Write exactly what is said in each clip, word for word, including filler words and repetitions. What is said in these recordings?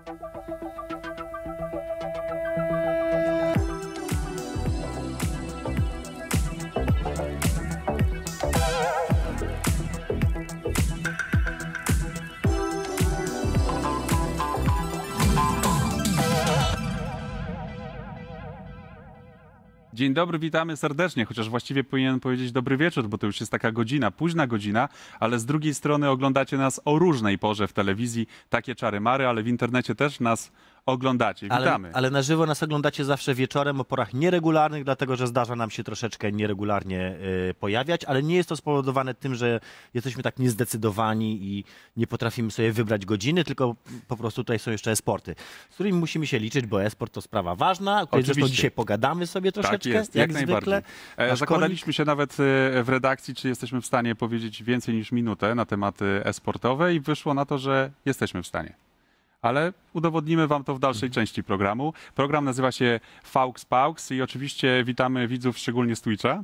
Dzień dobry, witamy serdecznie, chociaż właściwie powinienem powiedzieć dobry wieczór, bo to już jest taka godzina, późna godzina, ale z drugiej strony oglądacie nas o różnej porze w telewizji, takie czary mary, ale w internecie też nas oglądacie. Witamy. Ale, ale na żywo nas oglądacie zawsze wieczorem o porach nieregularnych, dlatego że zdarza nam się troszeczkę nieregularnie y, pojawiać, ale nie jest to spowodowane tym, że jesteśmy tak niezdecydowani i nie potrafimy sobie wybrać godziny, tylko po prostu tutaj są jeszcze e-sporty, z którymi musimy się liczyć, bo e-sport to sprawa ważna, o której zresztą dzisiaj pogadamy sobie troszeczkę, tak jest, jak, jak zwykle. E, zakładaliśmy się nawet w redakcji, czy jesteśmy w stanie powiedzieć więcej niż minutę na tematy e-sportowe i wyszło na to, że jesteśmy w stanie. Ale udowodnimy wam to w dalszej części programu. Program nazywa się Faux Paux i oczywiście witamy widzów szczególnie z Twitcha.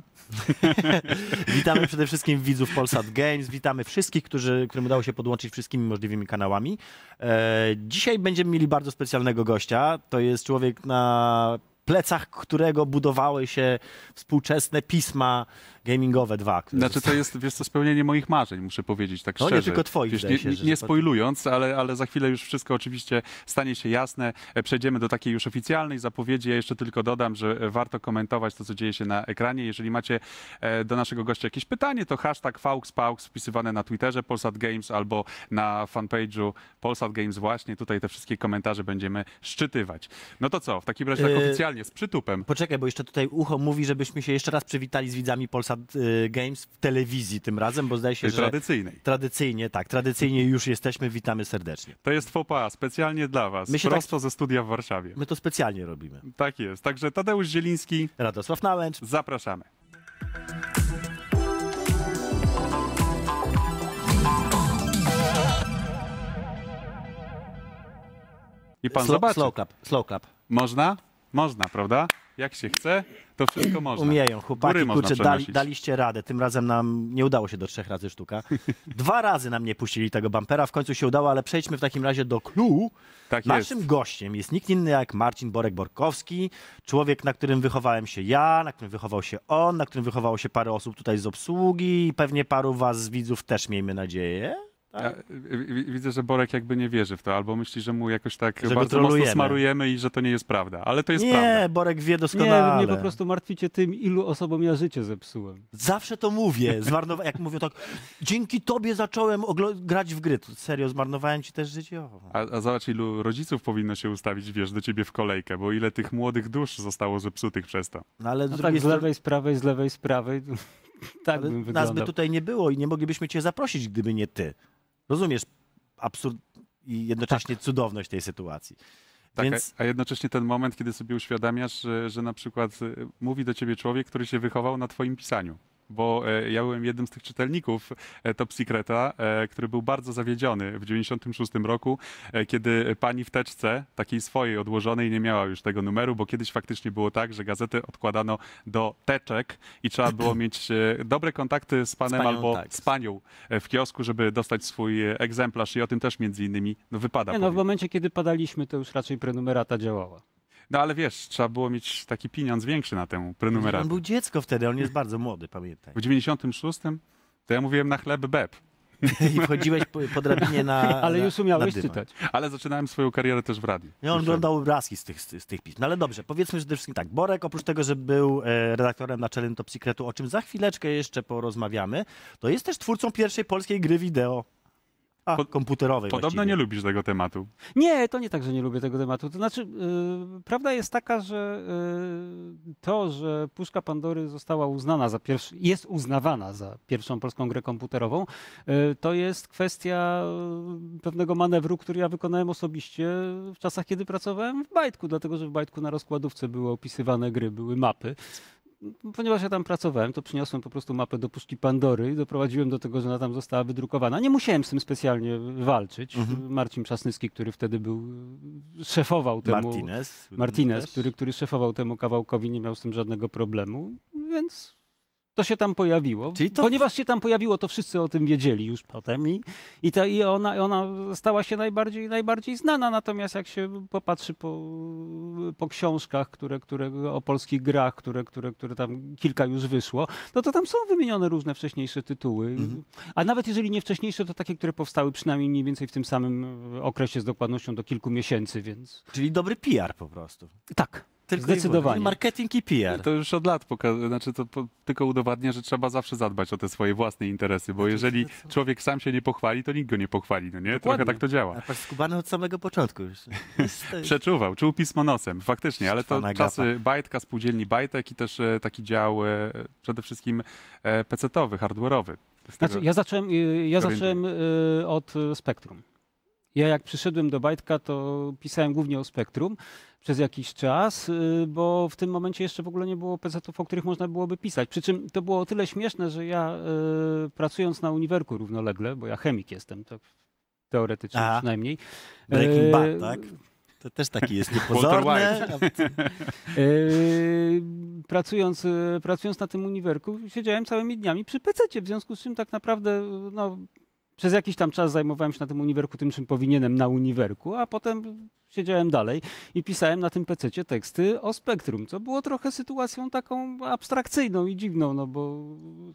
Witamy przede wszystkim widzów Polsat Games, witamy wszystkich, którzy, którym udało się podłączyć wszystkimi możliwymi kanałami. E, dzisiaj będziemy mieli bardzo specjalnego gościa. To jest człowiek, na plecach którego budowały się współczesne pisma gamingowe dwa. Znaczy to jest, wiesz co, spełnienie moich marzeń, muszę powiedzieć tak no, szczerze. nie tylko twoich, wiesz, się, nie, że nie spoilując, ale, ale za chwilę już wszystko oczywiście stanie się jasne. Przejdziemy do takiej już oficjalnej zapowiedzi. Ja jeszcze tylko dodam, że warto komentować to, co dzieje się na ekranie. Jeżeli macie do naszego gościa jakieś pytanie, to hashtag FauxPaux wpisywane na Twitterze Polsat Games albo na fanpage'u Polsat Games właśnie. Tutaj te wszystkie komentarze będziemy szczytywać. No to co? W takim razie tak yy... oficjalnie, z przytupem. Poczekaj, bo jeszcze tutaj ucho mówi, żebyśmy się jeszcze raz przywitali z widzami Polsat Games w telewizji tym razem, bo zdaje się, że... Tradycyjnej. Tradycyjnie, tak. Tradycyjnie już jesteśmy. Witamy serdecznie. To jest faux pas, specjalnie dla was. My się prosto tak... ze studia w Warszawie. My to specjalnie robimy. Tak jest. Także Tadeusz Zieliński. Radosław Nałęcz. Zapraszamy. I pan slow, zobaczy. Slow clap, slow clap. Można? Można, prawda? Jak się chce, to wszystko można. Umieją, chłopaki, Góry kurczę, można dali, daliście radę. Tym razem nam nie udało się do trzech razy sztuka. Dwa razy nam nie puścili tego bumpera, w końcu się udało, ale przejdźmy w takim razie do clue. Tak Naszym jest. gościem jest nikt inny jak Marcin Borek-Borkowski, człowiek, na którym wychowałem się ja, na którym wychował się on, na którym wychowało się parę osób tutaj z obsługi i pewnie paru was z widzów też, miejmy nadzieję. Ja, widzę, że Borek jakby nie wierzy w to, albo myśli, że mu jakoś tak że bardzo mocno smarujemy i że to nie jest prawda, ale to jest nie, prawda. Nie, Borek wie doskonale. Nie, mnie po prostu martwicie tym, ilu osobom ja życie zepsułem. Zawsze to mówię, Zmarnowa jak mówią tak, dzięki tobie zacząłem grać w gry. To serio, zmarnowałem ci też życie? O. A, a zobacz, ilu rodziców powinno się ustawić, wiesz, do ciebie w kolejkę, bo ile tych młodych dusz zostało zepsutych przez to. No, ale no z, tak, z strony... lewej, z prawej, z lewej, z prawej. Tak ale bym nas by tutaj nie było i nie moglibyśmy cię zaprosić, gdyby nie ty. Rozumiesz absurd i jednocześnie tak. cudowność tej sytuacji. Tak, Więc... a jednocześnie ten moment, kiedy sobie uświadamiasz, że, że na przykład mówi do ciebie człowiek, który się wychował na twoim pisaniu. Bo e, ja byłem jednym z tych czytelników e, Top Secreta, e, który był bardzo zawiedziony w dziewięćdziesiątym szóstym roku, e, kiedy pani w teczce, takiej swojej odłożonej, nie miała już tego numeru, bo kiedyś faktycznie było tak, że gazety odkładano do teczek i trzeba było mieć e, dobre kontakty z panem z panią, albo tak. z panią w kiosku, żeby dostać swój egzemplarz i o tym też między innymi no, wypada nie, no, w momencie, kiedy padaliśmy, to już raczej prenumerata działała. No ale wiesz, trzeba było mieć taki pieniądz większy na tę prenumeratę. On był dziecko wtedy, on jest bardzo młody, pamiętaj. W dziewięćdziesiątym szóstym to ja mówiłem na chleb beb. I wchodziłeś po, po drabinie na Ale na, już umiałeś czytać. Ale zaczynałem swoją karierę też w radiu. I on oglądał obrazki z tych, z tych pism. No ale dobrze, powiedzmy przede wszystkim tak. Borek, oprócz tego, że był e, redaktorem naczelnym Top Secretu, o czym za chwileczkę jeszcze porozmawiamy, to jest też twórcą pierwszej polskiej gry wideo. A, po, komputerowej Podobno właściwie. nie lubisz tego tematu. Nie, to nie tak, że nie lubię tego tematu. To znaczy, yy, prawda jest taka, że yy, to, że Puszka Pandory została uznana za pierwszy, jest uznawana za pierwszą polską grę komputerową, yy, to jest kwestia yy, pewnego manewru, który ja wykonałem osobiście w czasach, kiedy pracowałem w Bajtku, dlatego że w Bajtku na rozkładówce były opisywane gry, były mapy. Ponieważ ja tam pracowałem, to przyniosłem po prostu mapę do Puszki Pandory i doprowadziłem do tego, że ona tam została wydrukowana. Nie musiałem z tym specjalnie walczyć. Mhm. Marcin Przasnyski, który wtedy był, szefował temu... Martinez. Martinez, który, który szefował temu kawałkowi, nie miał z tym żadnego problemu, więc To się tam pojawiło. Czyli to- Ponieważ się tam pojawiło, to wszyscy o tym wiedzieli już potem i, i, ta, i ona, ona stała się najbardziej, najbardziej znana. Natomiast jak się popatrzy po, po książkach, które, które, o polskich grach, które, które, które tam kilka już wyszło, no to tam są wymienione różne wcześniejsze tytuły. Mhm. A nawet jeżeli nie wcześniejsze, to takie, które powstały przynajmniej mniej więcej w tym samym okresie z dokładnością do kilku miesięcy, więc Czyli dobry P R po prostu. tak. Tylko i Zdecydowanie. wyłącznie. Marketing i P R. To już od lat poka- znaczy to po- tylko udowadnia, że trzeba zawsze zadbać o te swoje własne interesy, bo jeżeli człowiek sam się nie pochwali, to nikt go nie pochwali, no nie? Trochę Dokładnie. tak to działa. A patrz, skubany od samego początku już. Jest- to jest- Przeczuwał, czuł pismo nosem, faktycznie, ale to Szwana gapa. czasy Bajtka, spółdzielni Bajtek i też e, taki dział e, przede wszystkim e, pecetowy, hardware'owy. Z Znaczy, tego- ja zacząłem, y, ja się zacząłem y, od y, Spektrum. Ja jak przyszedłem do Bajtka, to pisałem głównie o Spektrum przez jakiś czas, y, bo w tym momencie jeszcze w ogóle nie było pecetów, o których można byłoby pisać. Przy czym to było o tyle śmieszne, że ja y, pracując na uniwerku równolegle, bo ja chemik jestem, to teoretycznie Aha. przynajmniej. Breaking y, Bad, tak? To też taki jest niepozorny. Walter a- Yy, pracując, yy, pracując na tym uniwerku, siedziałem całymi dniami przy pececie, w związku z czym tak naprawdę no, przez jakiś tam czas zajmowałem się na tym uniwerku tym, czym powinienem na uniwerku, a potem siedziałem dalej i pisałem na tym pececie teksty o Spektrum, co było trochę sytuacją taką abstrakcyjną i dziwną, no bo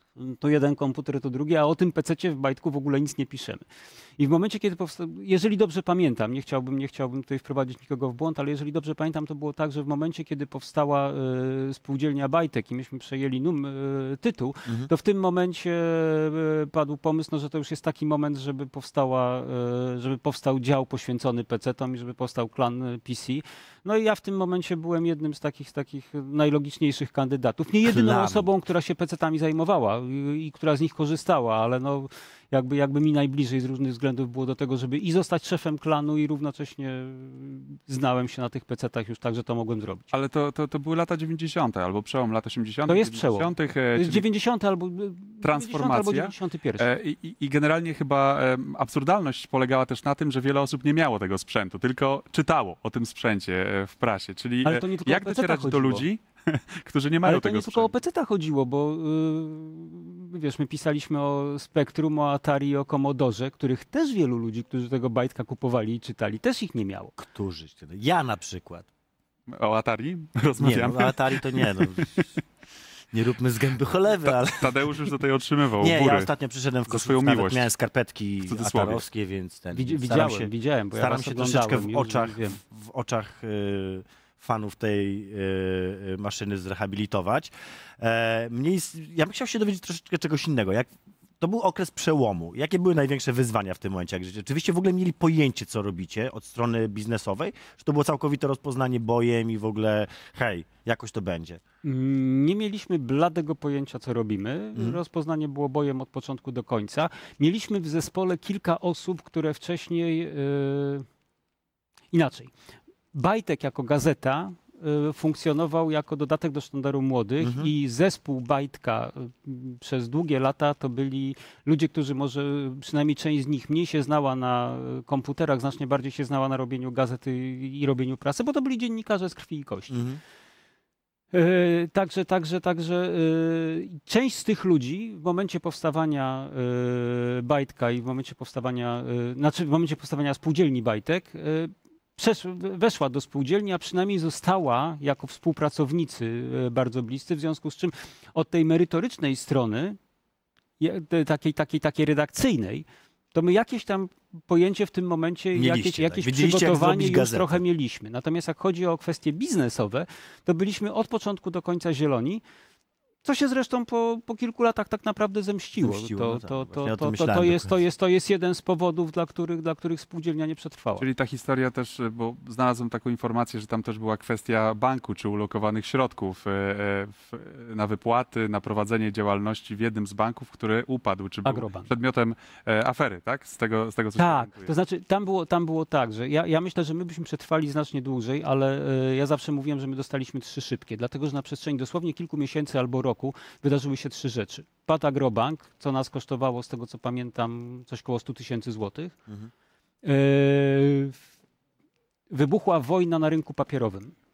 to jeden komputer, to drugi, a o tym pececie w Bajtku w ogóle nic nie piszemy. I w momencie, kiedy powstał, jeżeli dobrze pamiętam, nie chciałbym, nie chciałbym tutaj wprowadzić nikogo w błąd, ale jeżeli dobrze pamiętam, to było tak, że w momencie, kiedy powstała y, spółdzielnia Bajtek i myśmy przejęli num, y, tytuł, Mhm. to w tym momencie y, padł pomysł, no, że to już jest taki moment, żeby powstała, y, żeby powstał dział poświęcony pecetom i żeby powstał klan y, P C. No i ja w tym momencie byłem jednym z takich, z takich najlogiczniejszych kandydatów. Nie jedyną Klanu. osobą, która się pecetami zajmowała i, i która z nich korzystała, ale no jakby, jakby mi najbliżej z różnych względów było do tego, żeby i zostać szefem klanu i równocześnie znałem się na tych pecetach już tak, że to mogłem zrobić. Ale to, to, to były lata dziewięćdziesiąte albo przełom lat osiemdziesiątych. To jest przełom. dziewięćdziesiątych, To e, jest czyli- dziewięćdziesiąty albo dziewięćdziesiąty Transformacja. albo dziewięćdziesiąty pierwszy. E, I, i- I generalnie chyba em, absurdalność polegała też na tym, że wiele osób nie miało tego sprzętu, tylko czytało o tym sprzęcie e, w prasie. Czyli Ale e, to nie tylko jak o pecetach docierać do chodziło. ludzi, którzy nie mają Ale to tego nie tylko o sprzętu. pecetach chodziło, bo yy, wiesz, my pisaliśmy o Spektrum, o Atari i o Commodorze, których też wielu ludzi, którzy tego Bajtka kupowali i czytali, też ich nie miało. Którzy? Ja na przykład. O Atari Nie, rozmawiamy. no, Atari to nie. No. Nie róbmy z gęby cholewy, ale... Tadeusz już tutaj otrzymywał Nie, góry. ja ostatnio przyszedłem w za koszulce, swoją nawet miłość. miałem skarpetki W cudzysłowie. atarowskie, więc ten, Widzi, staram widziałem, się, widziałem, bo ja staram was się oglądałem troszeczkę w już, oczach, wiem. w, w oczach y, fanów tej y, y, maszyny zrehabilitować. E, mnie jest, ja bym chciał się dowiedzieć troszeczkę czegoś innego. Jak, to był okres przełomu. Jakie były największe wyzwania w tym momencie? Jak rzeczywiście w ogóle mieli pojęcie, co robicie od strony biznesowej? Czy to było całkowite rozpoznanie bojem i w ogóle hej, jakoś to będzie? Mm, Nie mieliśmy bladego pojęcia, co robimy. Mhm. Rozpoznanie było bojem od początku do końca. Mieliśmy w zespole kilka osób, które wcześniej... Yy... Inaczej. Bajtek jako gazeta y, funkcjonował jako dodatek do Sztandaru Młodych Mhm. i zespół Bajtka y, przez długie lata to byli ludzie, którzy może przynajmniej część z nich mniej się znała na y, komputerach, znacznie bardziej się znała na robieniu gazety i robieniu prasy, bo to byli dziennikarze z krwi i kości. Mhm. E, Także, także, także e, część z tych ludzi w momencie powstawania e, Bajtka i w momencie powstawania, e, znaczy w momencie powstawania spółdzielni Bajtek e, przesz, weszła do spółdzielni, a przynajmniej została jako współpracownicy e, bardzo bliscy, w związku z czym od tej merytorycznej strony, je- te- takiej, takiej, takiej redakcyjnej, to my jakieś tam pojęcie w tym momencie, Mieliście, jakieś, tak. jakieś Wiedzieliście, jak przygotowanie zrobić już gazetę. trochę mieliśmy. Natomiast jak chodzi o kwestie biznesowe, to byliśmy od początku do końca zieloni, co się zresztą po, po kilku latach tak naprawdę zemściło. Zemściło, to, no tak, to, właśnie to, o tym to, to, myślałem to, do jest, to, końca. jest, to jest jeden z powodów, dla których, dla których spółdzielnia nie przetrwała. Czyli ta historia też, bo znalazłem taką informację, że tam też była kwestia banku czy ulokowanych środków e, e, w, na wypłaty, na prowadzenie działalności w jednym z banków, który upadł, czy był Agrobank. przedmiotem e, afery, tak? Z tego, z tego co się Tak, orientuję. to znaczy tam było, tam było tak, że ja, ja myślę, że my byśmy przetrwali znacznie dłużej, ale e, ja zawsze mówiłem, że my dostaliśmy trzy szybkie, dlatego że na przestrzeni dosłownie kilku miesięcy albo roku wydarzyły się trzy rzeczy. Padł Agrobank, co nas kosztowało, z tego co pamiętam, coś koło stu tysięcy złotych. Mhm. E, wybuchła wojna na rynku papierowym.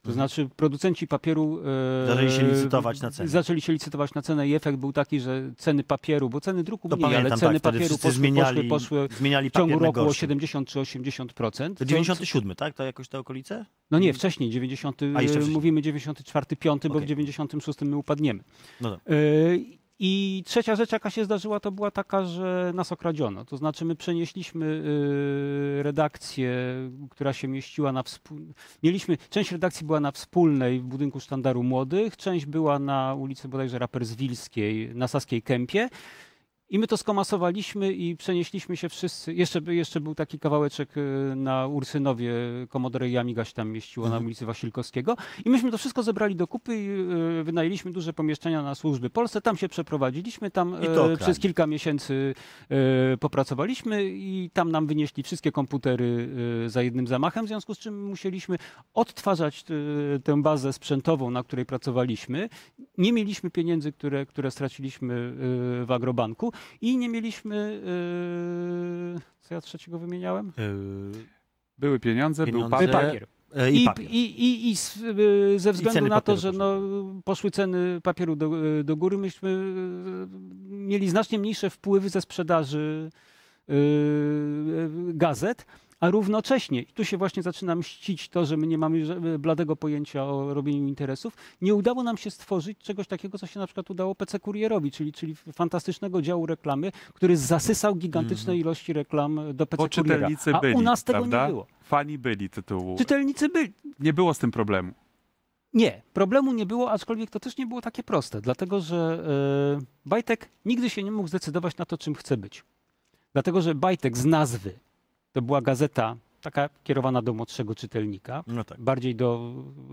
To znaczy producenci papieru e, Zaczęli się licytować na cenę. Zaczęli się licytować na cenę i efekt był taki, że ceny papieru, bo ceny druku To mniej, ale pamiętam, ceny tak, wtedy papieru wszyscy poszły, zmieniali, poszły, poszły zmieniali w ciągu papier na roku o gorszy. siedemdziesiąt czy osiemdziesiąt procent. To dziewięćdziesiąty siódmy, tak? To jakoś te okolice? No nie, wcześniej, dziewięćdziesiąty, A, jeszcze wcześniej. mówimy dziewięćdziesiąty czwarty, piąty, bo Okej. w dziewięćdziesiątym szóstym my upadniemy. No tak. Y, I trzecia rzecz, jaka się zdarzyła, to była taka, że nas okradziono. To znaczy my przenieśliśmy y, redakcję, która się mieściła na wspólnej... Mieliśmy, część redakcji była na Wspólnej w budynku Sztandaru Młodych, część była na ulicy bodajże Raperswilskiej, na Saskiej Kępie. I my to skomasowaliśmy i przenieśliśmy się wszyscy. Jeszcze, jeszcze był taki kawałeczek y, na Ursynowie, Commodore i Amiga się tam mieściło Mhm. na ulicy Wasilkowskiego. I myśmy to wszystko zebrali do kupy i y, wynajęliśmy duże pomieszczenia na służby Polsce. Tam się przeprowadziliśmy, tam I to y, przez kilka miesięcy y, popracowaliśmy i tam nam wynieśli wszystkie komputery y, za jednym zamachem, w związku z czym musieliśmy odtwarzać y, tę bazę sprzętową, na której pracowaliśmy. Nie mieliśmy pieniędzy, które, które straciliśmy y, w Agrobanku. I nie mieliśmy, yy, co ja trzeciego wymieniałem? Yy, Były pieniądze, Pieniądze. był papier. Papier. e, I, I, papier. i, i, i z, yy, ze względu ceny na to, papieru że no, poszły ceny papieru do, yy, do góry, myśmy yy, mieli znacznie mniejsze wpływy ze sprzedaży yy, yy, gazet, a równocześnie, i tu się właśnie zaczyna mścić to, że my nie mamy ża- bladego pojęcia o robieniu interesów, nie udało nam się stworzyć czegoś takiego, co się na przykład udało P C Kurierowi, czyli, czyli fantastycznego działu reklamy, który zasysał gigantyczne Mhm. ilości reklam do P C Bo Kuriera. czytelnicy A byli, u nas tego prawda? nie było. Fani byli tytułu. Czytelnicy byli. Nie było z tym problemu. Nie, problemu nie było, aczkolwiek to też nie było takie proste, dlatego że e, Bajtek nigdy się nie mógł zdecydować na to, czym chce być. Dlatego, że Bajtek z nazwy to była gazeta taka kierowana do młodszego czytelnika, No tak. bardziej do,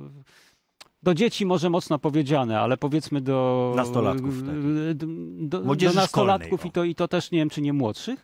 do dzieci może mocno powiedziane, ale powiedzmy do Nastolatków, tak. do, do, Młodzieży do nastolatków szkolnej, o. i to, i to też nie wiem, czy nie młodszych,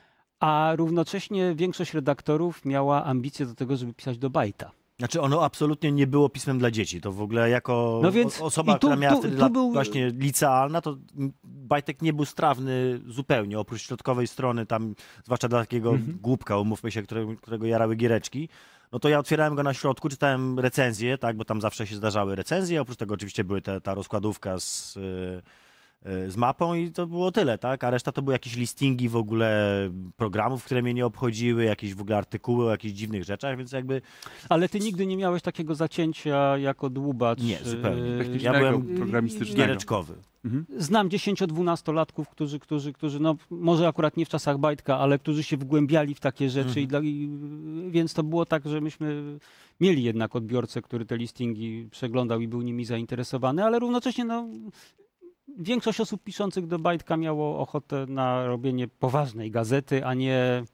a równocześnie większość redaktorów miała ambicje do tego, żeby pisać do Bajta. Znaczy ono absolutnie nie było pismem dla dzieci. To w ogóle jako No więc o- osoba, i tu- która miała tu- wtedy tu lat był- właśnie licealna, to Bajtek nie był strawny zupełnie, oprócz środkowej strony, tam zwłaszcza dla takiego Mhm. głupka, umówmy się, którego, którego jarały giereczki. No to ja otwierałem go na środku, czytałem recenzje, tak, bo tam zawsze się zdarzały recenzje, oprócz tego oczywiście były te, ta rozkładówka z, y, y, z mapą i to było tyle, tak, a reszta to były jakieś listingi w ogóle programów, które mnie nie obchodziły, jakieś w ogóle artykuły o jakichś dziwnych rzeczach, więc jakby Ale ty nigdy nie miałeś takiego zacięcia jako dłubacz. Nie, zupełnie. e, Technicznego, ja byłem programistycznego. giereczkowy. Mhm. Znam dziesięcio-dwunastolatków, którzy, którzy, którzy, no może akurat nie w czasach Bajtka, ale którzy się wgłębiali w takie rzeczy, Mhm. i dla, i, więc to było tak, że myśmy mieli jednak odbiorcę, który te listingi przeglądał i był nimi zainteresowany, ale równocześnie no, większość osób piszących do Bajtka miało ochotę na robienie poważnej gazety, a nie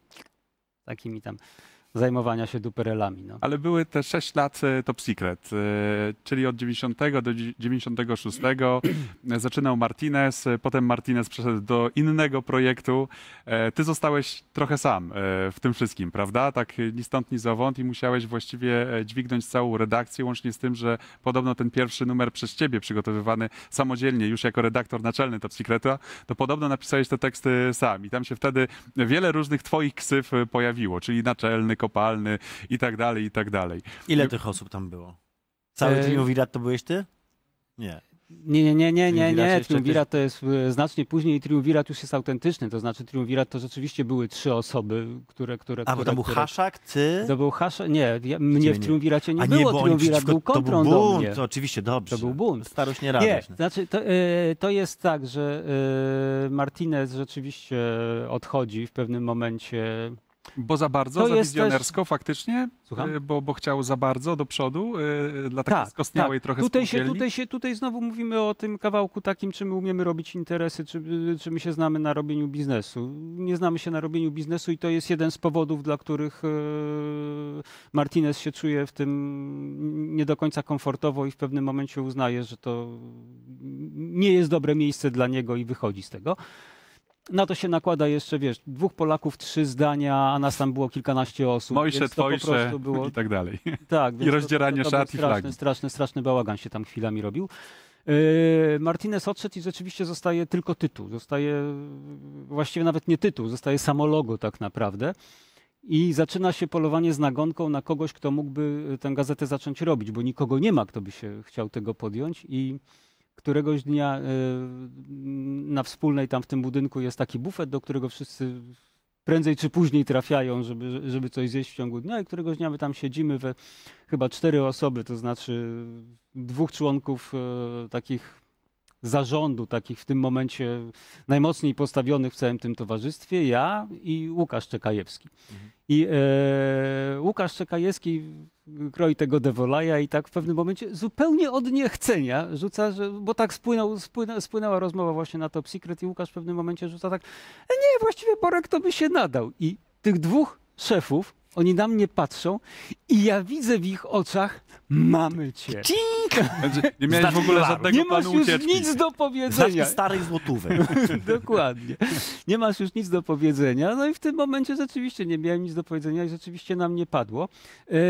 takimi tam zajmowania się duperelami. No. Ale były te sześć lat e, Top Secret, e, czyli od dziewięćdziesiątego do dziewięćdziesiątego szóstego. E, Zaczynał Martinez, e, potem Martinez przeszedł do innego projektu. E, Ty zostałeś trochę sam e, w tym wszystkim, prawda? Tak ni stąd, ni zowąd i musiałeś właściwie e, dźwignąć całą redakcję, łącznie z tym, że podobno ten pierwszy numer przez ciebie przygotowywany samodzielnie, już jako redaktor naczelny Top Secreta, to podobno napisałeś te teksty sam i tam się wtedy wiele różnych twoich ksyw e, pojawiło, czyli naczelny, kopalny i tak dalej, i tak dalej. Ile tych osób tam było? Cały E, triumvirat to byłeś ty? Nie. Nie, nie, nie, nie, nie, Triumvirat nie. jeszcze Triumvirat to jest e, znacznie później i Triumvirat już jest autentyczny. To znaczy Triumvirat to rzeczywiście były trzy osoby, które... które A, bo które, tam był które, Haszak, ty? To był hasz... Nie, ja, mnie nie. w Triumviracie nie A było. bo oni Triumvirat przeciwko- był kontrą to był bunt, do mnie. To oczywiście, dobrze. To był bunt. Starość nie Nie, radość. znaczy to, e, to jest tak, że e, Martinez rzeczywiście odchodzi w pewnym momencie. Bo za bardzo, To za jest wizjonersko faktycznie, Słucham? y, bo, bo chciał za bardzo do przodu, y, dla takiej skostniałej trochę Tutaj się, spółdzielni. tutaj się tutaj znowu mówimy o tym kawałku takim, czy my umiemy robić interesy, czy, czy my się znamy na robieniu biznesu. Nie znamy się na robieniu biznesu i to jest jeden z powodów, dla których e, Martinez się czuje w tym nie do końca komfortowo i w pewnym momencie uznaje, że to nie jest dobre miejsce dla niego i wychodzi z tego. Na to się nakłada jeszcze, wiesz, dwóch Polaków, trzy zdania, a nas tam było kilkanaście osób. Mojsze, więc to po twojsze prostu było i tak dalej. tak, więc I rozdzieranie to, to, to szat był i straszny, flagi. straszny, straszny bałagan się tam chwilami robił. Yy, Martinez odszedł i rzeczywiście zostaje tylko tytuł. Zostaje, właściwie nawet nie tytuł, zostaje samo logo tak naprawdę. i zaczyna się polowanie z nagonką na kogoś, kto mógłby tę gazetę zacząć robić, bo nikogo nie ma, kto by się chciał tego podjąć. I któregoś dnia y, na Wspólnej tam w tym budynku jest taki bufet, do którego wszyscy prędzej czy później trafiają, żeby, żeby coś zjeść w ciągu dnia. I któregoś dnia my tam siedzimy we chyba cztery osoby, to znaczy dwóch członków y, takich zarządu, takich w tym momencie najmocniej postawionych w całym tym towarzystwie, ja i Łukasz Czekajewski. Mhm. I e, Łukasz Czekajewski kroi tego Devolaja i tak w pewnym momencie zupełnie od niechcenia rzuca, że, bo tak spłynął, spłynęła, spłynęła rozmowa właśnie na Top Secret i Łukasz w pewnym momencie rzuca tak, e, nie, właściwie Borek to by się nadał. I tych dwóch szefów, oni na mnie patrzą i ja widzę w ich oczach, mamy cię. Znaczy, nie miałeś w ogóle żadnego Nie masz planu już ucieczki. nic do powiedzenia. Znaczki starej złotówek. Dokładnie. Nie masz już nic do powiedzenia. No i w tym momencie rzeczywiście nie miałem nic do powiedzenia i rzeczywiście na mnie padło. Eee,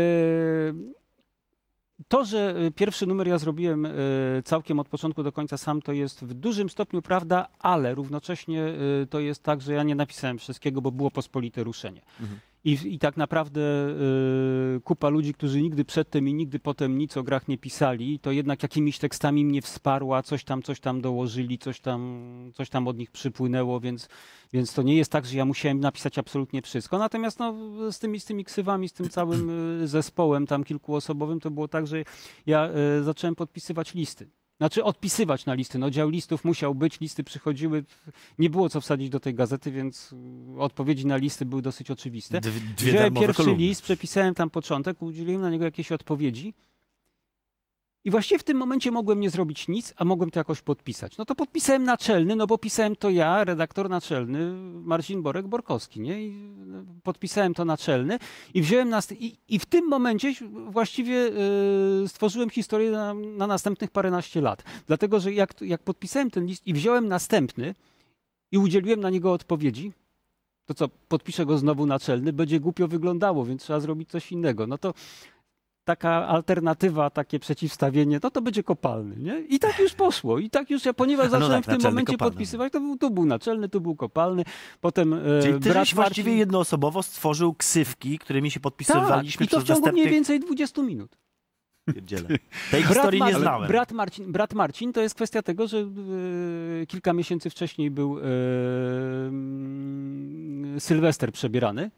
To, że pierwszy numer ja zrobiłem e, całkiem od początku do końca sam, to jest w dużym stopniu prawda, ale równocześnie e, to jest tak, że ja nie napisałem wszystkiego, bo było pospolite ruszenie. Mhm. I, I tak naprawdę y, kupa ludzi, którzy nigdy przedtem i nigdy potem nic o grach nie pisali, to jednak jakimiś tekstami mnie wsparła, coś tam, coś tam dołożyli, coś tam, coś tam od nich przypłynęło, więc, więc to nie jest tak, że ja musiałem napisać absolutnie wszystko. Natomiast no, z, tymi, z tymi ksywami, z tym całym y, zespołem tam kilkuosobowym, to było tak, że ja y, zacząłem podpisywać listy. Znaczy odpisywać na listy. No, dział listów musiał być, listy przychodziły. Nie było co wsadzić do tej gazety, więc odpowiedzi na listy były dosyć oczywiste. Dwie Wziąłem pierwszy kolumny. list, przepisałem tam początek, udzieliłem na niego jakieś odpowiedzi. I właściwie w tym momencie mogłem nie zrobić nic, a mogłem to jakoś podpisać. No to podpisałem naczelny, no bo pisałem to ja, redaktor naczelny, Marcin Borek-Borkowski, nie? I podpisałem to naczelny i wziąłem nas... I, i w tym momencie właściwie yy, stworzyłem historię na, na następnych paręnaście lat. Dlatego, że jak, jak podpisałem ten list i wziąłem następny i udzieliłem na niego odpowiedzi, to co, podpiszę go znowu naczelny, będzie głupio wyglądało, więc trzeba zrobić coś innego. No to taka alternatywa, takie przeciwstawienie, no to będzie kopalny, nie? I tak już poszło. I tak już ja, ponieważ No zacząłem tak, w tym momencie kopalny. podpisywać, to był, to był naczelny, to był kopalny, potem e, Czyli ty brat żeś właściwie Marcin... jednoosobowo stworzył ksywki, którymi się podpisywaliśmy Tak, i to przez w ciągu następnych... mniej więcej dwudziestu minut. Pierdziele. Tej historii Mar- nie znałem. Brat Marcin, brat Marcin to jest kwestia tego, że e, kilka miesięcy wcześniej był e, mm, Sylwester przebierany,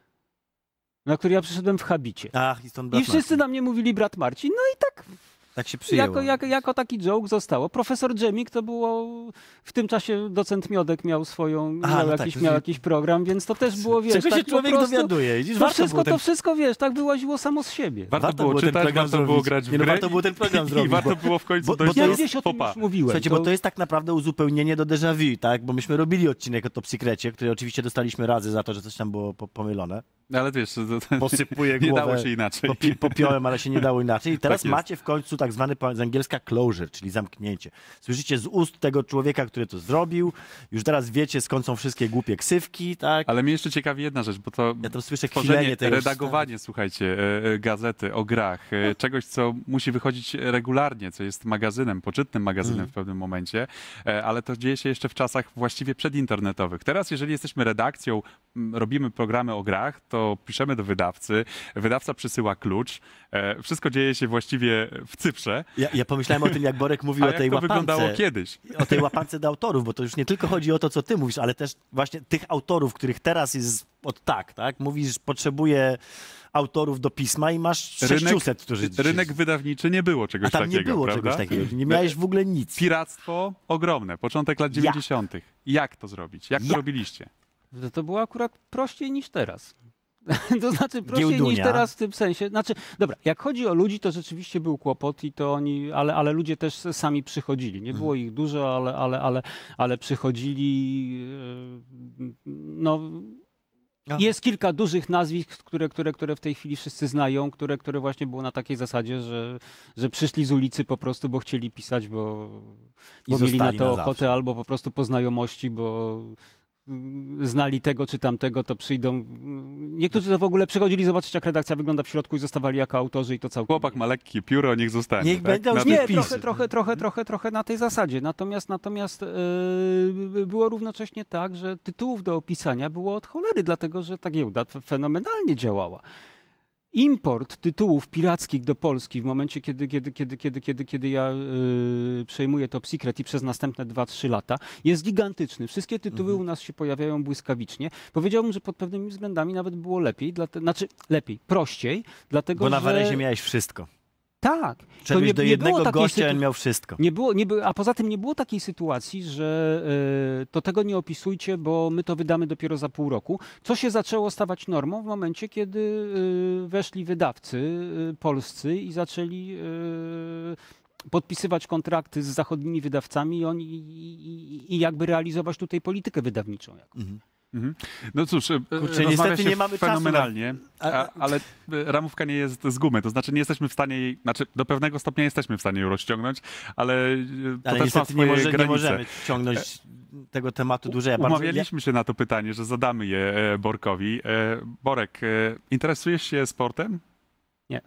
na który ja przyszedłem w habicie. Ach, i stąd I brat wszyscy Marcin. na mnie mówili brat Marcin. No i tak Tak się przyjęło. jako, jako, jako taki joke zostało. Profesor Dżemik to było, w tym czasie docent Miodek miał swoją, Aha, miał, no jakiś, tak, miał to- jakiś program, więc to też było, wiesz, Czego tak się człowiek po prostu, dowiaduje? Widzisz, To warto wszystko, było ten... to wszystko, wiesz, tak wyłaziło samo z siebie. Warto, Warto było było ten czytać, program warto było zrobić. grać w Nie, no gry warto było ten program i, zrobić, i warto bo- było w końcu bo- bo dojść to Ja do jest- gdzieś o tym popa. już mówiłem. Słuchajcie, to... bo to jest tak naprawdę uzupełnienie do déjà vu, tak? Bo myśmy robili odcinek o Top Secrecie, który oczywiście dostaliśmy razy za to, że coś tam było po- pomylone. Ale wiesz, to, to, Posypuje nie głowę dało się inaczej. popi- popiołem, ale się nie dało inaczej. I teraz Tak jest. macie w końcu tak zwany po- z angielska closure, czyli zamknięcie. Słyszycie z ust tego człowieka, który to zrobił. Już teraz wiecie, skąd są wszystkie głupie ksywki, tak? Ale mnie jeszcze ciekawi jedna rzecz, bo to Ja tam słyszę tworzenie, kwilenie tego. redagowanie, słuchajcie, e, e, gazety o grach, e, czegoś, co musi wychodzić regularnie, co jest magazynem, poczytnym magazynem Mm. w pewnym momencie, e, ale to dzieje się jeszcze w czasach właściwie przedinternetowych. Teraz, jeżeli jesteśmy redakcją, m, robimy programy o grach, to piszemy do wydawcy, wydawca przysyła klucz, e, wszystko dzieje się właściwie w cyfrze, Ja, ja pomyślałem o tym, jak Borek mówił a o jak tej to łapance. wyglądało kiedyś? O tej łapance do autorów, bo to już nie tylko chodzi o to, co ty mówisz, ale też właśnie tych autorów, których teraz jest od tak, tak? Mówisz, potrzebuję autorów do pisma i masz sześciuset, którzy... Rynek wydawniczy nie było czegoś A tam takiego, nie było prawda? czegoś takiego, nie miałeś w ogóle nic. Piractwo ogromne, początek lat dziewięćdziesiątych. Jak to zrobić? Jak to Jak? robiliście? To, to było akurat prościej niż teraz. To znaczy prościej Giełdunia. niż teraz w tym sensie. Znaczy, dobra, jak chodzi o ludzi, to rzeczywiście był kłopot i to oni, ale, ale ludzie też sami przychodzili. Nie było ich dużo, ale, ale, ale, ale przychodzili. e, No, No. jest kilka dużych nazwisk, które, które, które w tej chwili wszyscy znają, które, które właśnie było na takiej zasadzie, że, że przyszli z ulicy po prostu, bo chcieli pisać, bo, I bo mieli na zostali to na ochotę, zawsze. albo po prostu po znajomości, bo mm, znali tego czy tamtego, to przyjdą. mm, Niektórzy to w ogóle przychodzili zobaczyć, jak redakcja wygląda w środku i zostawali jako autorzy i to całkiem. Chłopak ma lekkie pióro, niech zostanie. Niech tak? będą Na już tych Nie, wpisy. trochę, trochę, trochę, trochę, trochę na tej zasadzie. Natomiast, natomiast yy, było równocześnie tak, że tytułów do opisania było od cholery, dlatego że ta giełda f- fenomenalnie działała. Import tytułów pirackich do Polski w momencie, kiedy, kiedy, kiedy, kiedy, kiedy, kiedy ja yy, przejmuję Top Secret i przez następne dwa trzy lata, jest gigantyczny. Wszystkie tytuły Mhm. u nas się pojawiają błyskawicznie. Powiedziałbym, że pod pewnymi względami nawet było lepiej, dlate, znaczy lepiej, prościej, dlatego Bo na że... Warezie miałeś wszystko. Tak. To Szedłeś nie, do nie było jednego takiej gościa, sytu- on miał wszystko. nie było, nie było, a poza tym nie było takiej sytuacji, że e, to tego nie opisujcie, bo my to wydamy dopiero za pół roku. Co się zaczęło stawać normą w momencie, kiedy e, weszli wydawcy e, polscy i zaczęli e, podpisywać kontrakty z zachodnimi wydawcami i, oni, i, i, i jakby realizować tutaj politykę wydawniczą. Mhm. Mhm. No cóż, e, Kurczę, rozmawia niestety się nie mamy czasu na- fenomenalnie, A- a, ale e, ramówka nie jest z gumy, to znaczy nie jesteśmy w stanie jej, znaczy do pewnego stopnia jesteśmy w stanie ją rozciągnąć, ale e, to Ale też ma niestety swoje nie, może, nie granice. możemy ciągnąć tego tematu dłużej. Ja bardzo- Umawialiśmy się na to pytanie, że zadamy je e, Borkowi. E, Borek, e, interesujesz się sportem? Nie.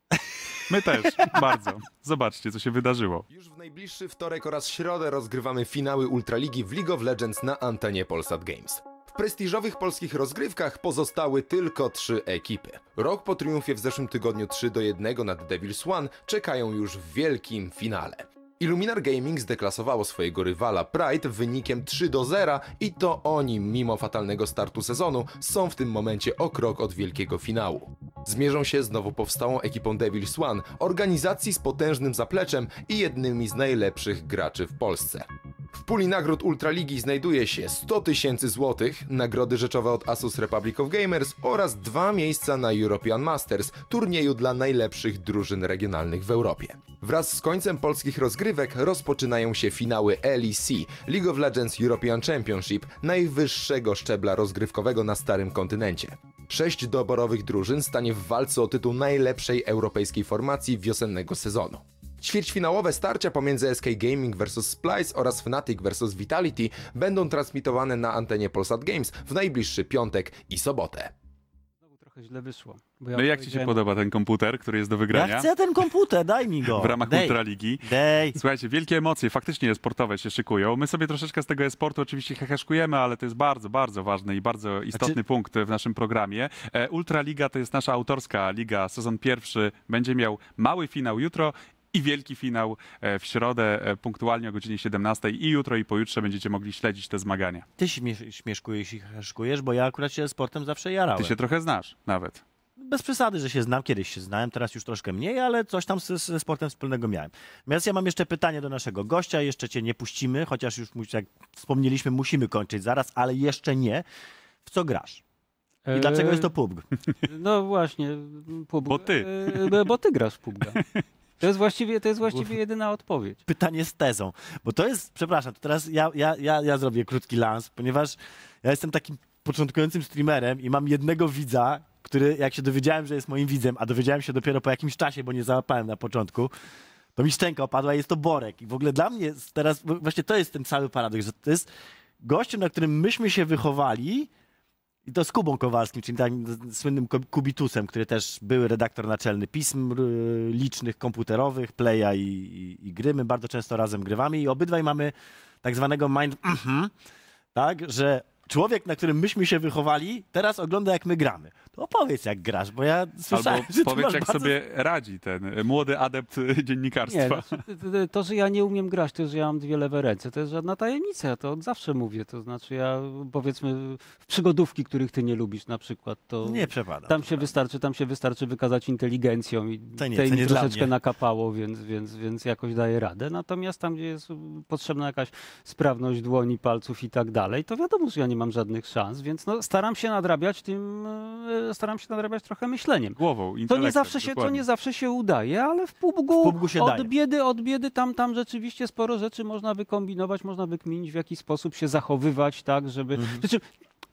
My też, bardzo. Zobaczcie, co się wydarzyło. Już w najbliższy wtorek oraz środę rozgrywamy finały Ultraligi w League of Legends na antenie Polsat Games. W prestiżowych polskich rozgrywkach pozostały tylko trzy ekipy. Rok po triumfie w zeszłym tygodniu trzy do jednego nad Devil's One czekają już w wielkim finale. Illuminar Gaming zdeklasowało swojego rywala Pride wynikiem trzy do zera i to oni, mimo fatalnego startu sezonu, są w tym momencie o krok od wielkiego finału. Zmierzą się z nowo powstałą ekipą Devil's One, organizacji z potężnym zapleczem i jednymi z najlepszych graczy w Polsce. W puli nagród Ultraligi znajduje się sto tysięcy złotych, nagrody rzeczowe od Asus Republic of Gamers oraz dwa miejsca na European Masters, turnieju dla najlepszych drużyn regionalnych w Europie. Wraz z końcem polskich rozgrywek rozpoczynają się finały L E C, League of Legends European Championship, najwyższego szczebla rozgrywkowego na starym kontynencie. Sześć doborowych drużyn stanie w walce o tytuł najlepszej europejskiej formacji wiosennego sezonu. Ćwierćfinałowe starcia pomiędzy S K Gaming versus Splice oraz Fnatic versus Vitality będą transmitowane na antenie Polsat Games w najbliższy piątek i sobotę. Znowu trochę źle wyszło. Bo ja No i jak ci się powiedziałem- podoba ten komputer, który jest do Ja wygrania chcę ten komputer, daj mi go. w ramach Dej. Ultraligi? Dej. Słuchajcie, wielkie emocje, faktycznie sportowe się szykują. My sobie troszeczkę z tego e-sportu oczywiście heheszkujemy, ale to jest bardzo, bardzo ważny i bardzo istotny Znaczy- punkt w naszym programie. E, Ultraliga to jest nasza autorska liga, sezon pierwszy będzie miał mały finał jutro i wielki finał e, w środę, e, punktualnie o godzinie siedemnastej i jutro i pojutrze będziecie mogli śledzić te zmagania. Ty śmiesz, śmieszkujesz i heszkujesz, bo ja akurat się sportem zawsze jarałem. Ty się trochę znasz nawet. Bez przesady, że się znam, kiedyś się znałem, teraz już troszkę mniej, ale coś tam ze, ze sportem wspólnego miałem. Natomiast ja mam jeszcze pytanie do naszego gościa, jeszcze cię nie puścimy, chociaż już, mu- jak wspomnieliśmy, musimy kończyć zaraz, ale jeszcze nie. W co grasz? I dlaczego jest to P U B G? No właśnie, P U B G. Bo ty. E, Bo ty grasz w P U B G. To jest właściwie, to jest właściwie jedyna odpowiedź. Pytanie z tezą, bo to jest, przepraszam, to teraz ja, ja, ja, ja zrobię krótki lans, ponieważ ja jestem takim początkującym streamerem i mam jednego widza, który jak się dowiedziałem, że jest moim widzem, a dowiedziałem się dopiero po jakimś czasie, bo nie załapałem na początku, to mi szczęka opadła i jest to Borek. I w ogóle dla mnie jest teraz, właśnie to jest ten cały paradoks, że to jest gościu, na którym myśmy się wychowali, i to z Kubą Kowalskim, czyli takim słynnym Ko- Kubitusem, który też był redaktor naczelny pism y, licznych, komputerowych, Playa i, i, i gry. My bardzo często razem grywamy i obydwaj mamy tak zwanego mind, mhm, tak, że człowiek, na którym myśmy się wychowali, teraz ogląda, jak my gramy. To opowiedz, jak grasz, bo ja słyszałem, Albo że ty powiedz, masz jak bardzo... sobie radzi ten młody adept Nie, dziennikarstwa. znaczy, to- to, że ja nie umiem grać, to, że ja mam dwie lewe ręce, to jest żadna tajemnica, ja to od zawsze mówię. To znaczy ja, powiedzmy, w przygodówki, których ty nie lubisz na przykład, to Nie przepada. tam się wystarczy, tam się wystarczy wykazać inteligencją i To nie, tej to mi nie dla troszeczkę mnie. nakapało, więc, więc, więc jakoś daje radę. Natomiast tam, gdzie jest potrzebna jakaś sprawność dłoni, palców i tak dalej, to wiadomo, że ja nie mam żadnych szans, więc no, staram się nadrabiać tym, e, staram się nadrabiać trochę myśleniem. Głową, To nie, intelektem, zawsze się, to dokładnie. nie zawsze się udaje, ale w P U B G, W P U B G się od daje. biedy, od biedy tam, tam rzeczywiście sporo rzeczy można wykombinować, można wykminić, w jaki sposób się zachowywać, tak, żeby... Mhm. Przy czym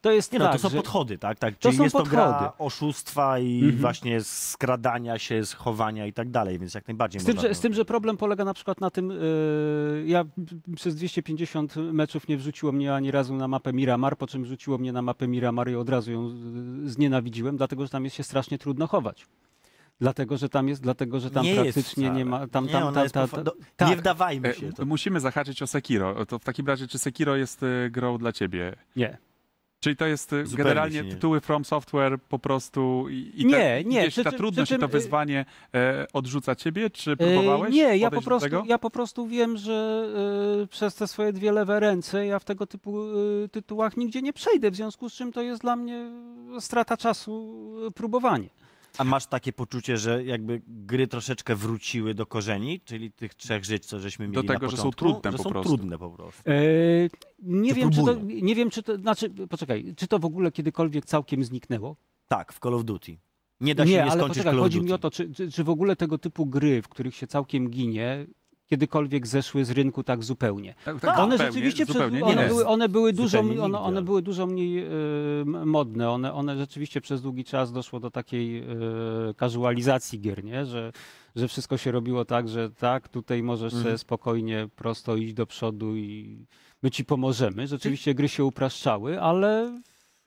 to jest Nie no, tak, to są że... podchody, tak? tak. To Czyli są jest to gra podchody. oszustwa i Mhm. właśnie skradania się, schowania i tak dalej, więc jak najbardziej Z tym, można że, z tym, że problem polega na przykład na tym, yy, ja przez dwieście pięćdziesiąt meczów nie wrzuciło mnie ani razu na mapę Miramar, po czym wrzuciło mnie na mapę Miramar i od razu ją z- znienawidziłem, dlatego że tam jest się strasznie trudno chować. Dlatego, że tam jest, dlatego, że tam nie praktycznie jest nie wcale. ma... Tam, nie, tam, ona ta, jest ta, pofa- ta, do- tak. Nie wdawajmy E, się. To... Musimy zahaczyć o Sekiro. To w takim razie, czy Sekiro jest e, grą dla ciebie? Nie. Czyli to jest e, Zupełnie generalnie się nie- tytuły From Software po prostu i, i Nie, te, nie, gdzieś przy ta czym- trudność przy i to czym, y- wyzwanie e, odrzuca ciebie, czy E, próbowałeś Nie, ja podejść po, do prostu, tego? ja po prostu wiem, że e, przez te swoje dwie lewe ręce ja w tego typu e, tytułach nigdzie nie przejdę, w związku z czym to jest dla mnie strata czasu e, próbowanie. A masz takie poczucie, że jakby gry troszeczkę wróciły do korzeni, czyli tych trzech żyć, co żeśmy mieli Do tego, na że są początku, trudne że po są prostu. trudne po prostu. E, nie, Czy wiem, czy to, próbują? nie wiem, czy to, znaczy, poczekaj, czy to w ogóle kiedykolwiek całkiem zniknęło? Tak, w Call of Duty. Nie da się nie, Nie, ale skończyć poczekaj, Call of chodzi Duty. mi o to, czy, czy, czy w ogóle tego typu gry, w których się całkiem ginie, kiedykolwiek zeszły z rynku tak zupełnie. Tak, Tak, One zupełnie, rzeczywiście przez, zupełnie one, nie. były, one, były dużo, Zupełnie one, nigdy, one ale- były dużo mniej e, m- modne. One, one rzeczywiście przez długi czas doszło do takiej e, casualizacji gier, nie? Że, że wszystko się robiło tak, że tak, tutaj możesz Mhm. sobie spokojnie, prosto iść do przodu i my ci pomożemy. Rzeczywiście gry się upraszczały, ale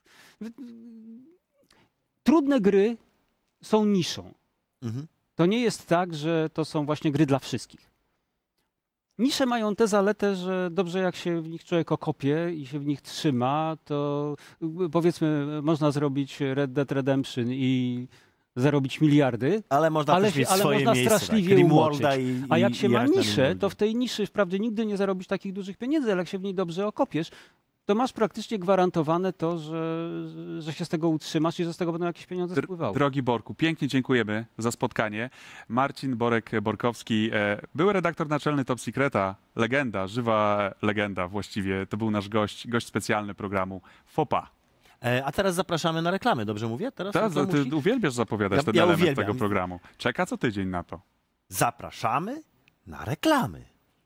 trudne gry są niszą. Mhm. To nie jest tak, że to są właśnie gry dla wszystkich. Nisze mają tę zaletę, że dobrze jak się w nich człowiek okopie i się w nich trzyma, to y, powiedzmy można zrobić Red Dead Redemption i zarobić miliardy, Ale można ale też mieć się- ale swoje można miejsce. straszliwie tak. umoczyć. Rimworlda i, a i- jak się i ma jechać na niszę, Rimworldzie. to w tej niszy wprawdzie nigdy nie zarobisz takich dużych pieniędzy, ale jak się w niej dobrze okopiesz, to masz praktycznie gwarantowane to, że, że się z tego utrzymasz i że z tego będą jakieś pieniądze Dr- spływały. Drogi Borku, pięknie dziękujemy za spotkanie. Marcin Borek-Borkowski, e, były redaktor naczelny Top Secreta, legenda, żywa legenda właściwie. To był nasz gość, gość specjalny programu Fopa. E, A teraz zapraszamy na reklamy, dobrze mówię? Teraz Teraz reklam musi? ty uwielbiasz zapowiadać Ja- ten ja element uwielbiam. tego programu. Czeka co tydzień na to. Zapraszamy na reklamy.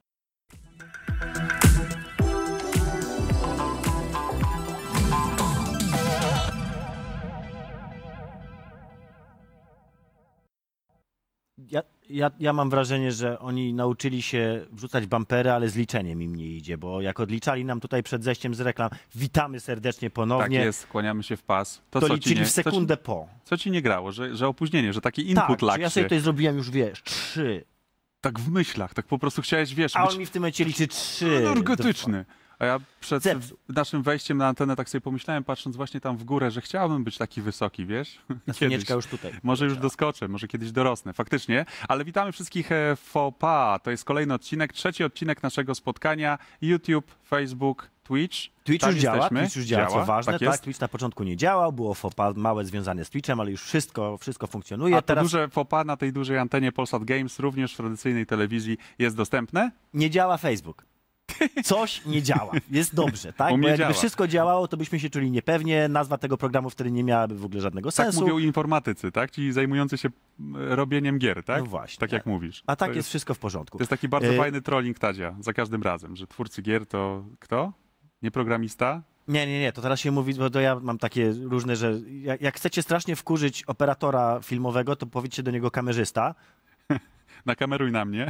Ja, ja, ja mam wrażenie, że oni nauczyli się wrzucać bampery, ale z liczeniem im nie idzie, bo jak odliczali nam tutaj przed zejściem z reklam, witamy serdecznie Tak ponownie, jest, kłaniamy się w pas. To, to co ci liczyli nie, w sekundę po. Co ci, co ci nie grało, że, że opóźnienie, że taki input Tak, lag że ja się, sobie tutaj zrobiłem już, wiesz, trzy, tak w myślach, tak po prostu chciałeś, wiesz, a być on mi w tym momencie liczy trzy. energetyczny. A ja przed Zepsuł. naszym wejściem na antenę tak sobie pomyślałem, patrząc właśnie tam w górę, że chciałbym być taki wysoki, wiesz? Kiedyś. Świnieczka już tutaj. Może już doskoczę, może kiedyś dorosnę, faktycznie. Ale witamy wszystkich e, Fopa. To jest kolejny odcinek, trzeci odcinek naszego spotkania. YouTube, Facebook, Twitch. Twitch Tam już działa, jesteśmy. Twitch już działa, co ważne, tak tak, jest. Twitch na początku nie działał, było fopa małe związane z Twitchem, ale już wszystko, wszystko funkcjonuje. A to Teraz duże Fopa na tej dużej antenie Polsat Games, również w tradycyjnej telewizji, jest dostępne. nie działa Facebook. Coś nie działa. Jest dobrze, tak? U Bo mnie jakby działa. wszystko działało, to byśmy się czuli niepewnie. Nazwa tego programu wtedy nie miałaby w ogóle żadnego Tak sensu. mówią informatycy, tak? Ci zajmujący się m, robieniem gier, tak? No właśnie. Tak jak mówisz. A tak To jest wszystko w porządku. To jest taki bardzo Y- fajny trolling Tadzia, za każdym razem, że twórcy gier to kto? Nie programista? Nie, nie, nie, to teraz się mówi, bo to ja mam takie różne, że jak, jak chcecie strasznie wkurzyć operatora filmowego, to powiedzcie do niego kamerzysta. Nakameruj na mnie.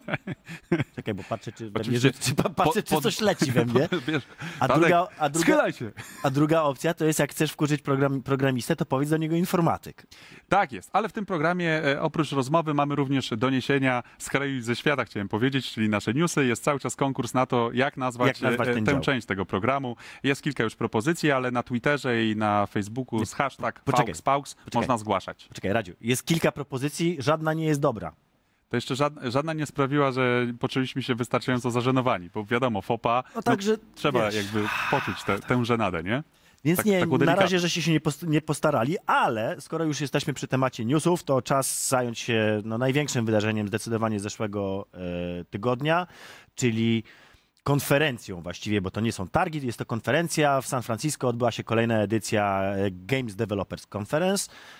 Czekaj, bo patrzę, czy, we mnie, Oczywiście że, czy, pa- patrzę, po- czy coś leci we mnie. Wiesz, A Tadek, druga, a, druga, schylaj się. a druga opcja to jest, jak chcesz wkurzyć program, programistę, to powiedz do niego informatyk. Tak jest, ale w tym programie e, oprócz rozmowy mamy również doniesienia z kraju i ze świata, chciałem powiedzieć, czyli nasze newsy. Jest cały czas konkurs na to, jak nazwać, Jak nazwać e, ten tę dział. część tego programu. Jest kilka już propozycji, ale na Twitterze i na Facebooku z hashtag Poczekaj, FauxPaux poczekaj. można zgłaszać. Poczekaj, Radziu, jest kilka propozycji, żadna nie jest dobra. To jeszcze żadna, żadna nie sprawiła, że poczuliśmy się wystarczająco zażenowani, bo wiadomo, fopa, No także, trzeba wiesz, jakby poczuć tę- tę żenadę, nie? Więc tak- nie, taką na delikatną. razie, że się nie, post- nie postarali, ale skoro już jesteśmy przy temacie newsów, to czas zająć się no, największym wydarzeniem zdecydowanie zeszłego e, tygodnia, czyli konferencją właściwie, bo to nie są targi, jest to konferencja. W San Francisco odbyła się kolejna edycja e, Games Developers Conference.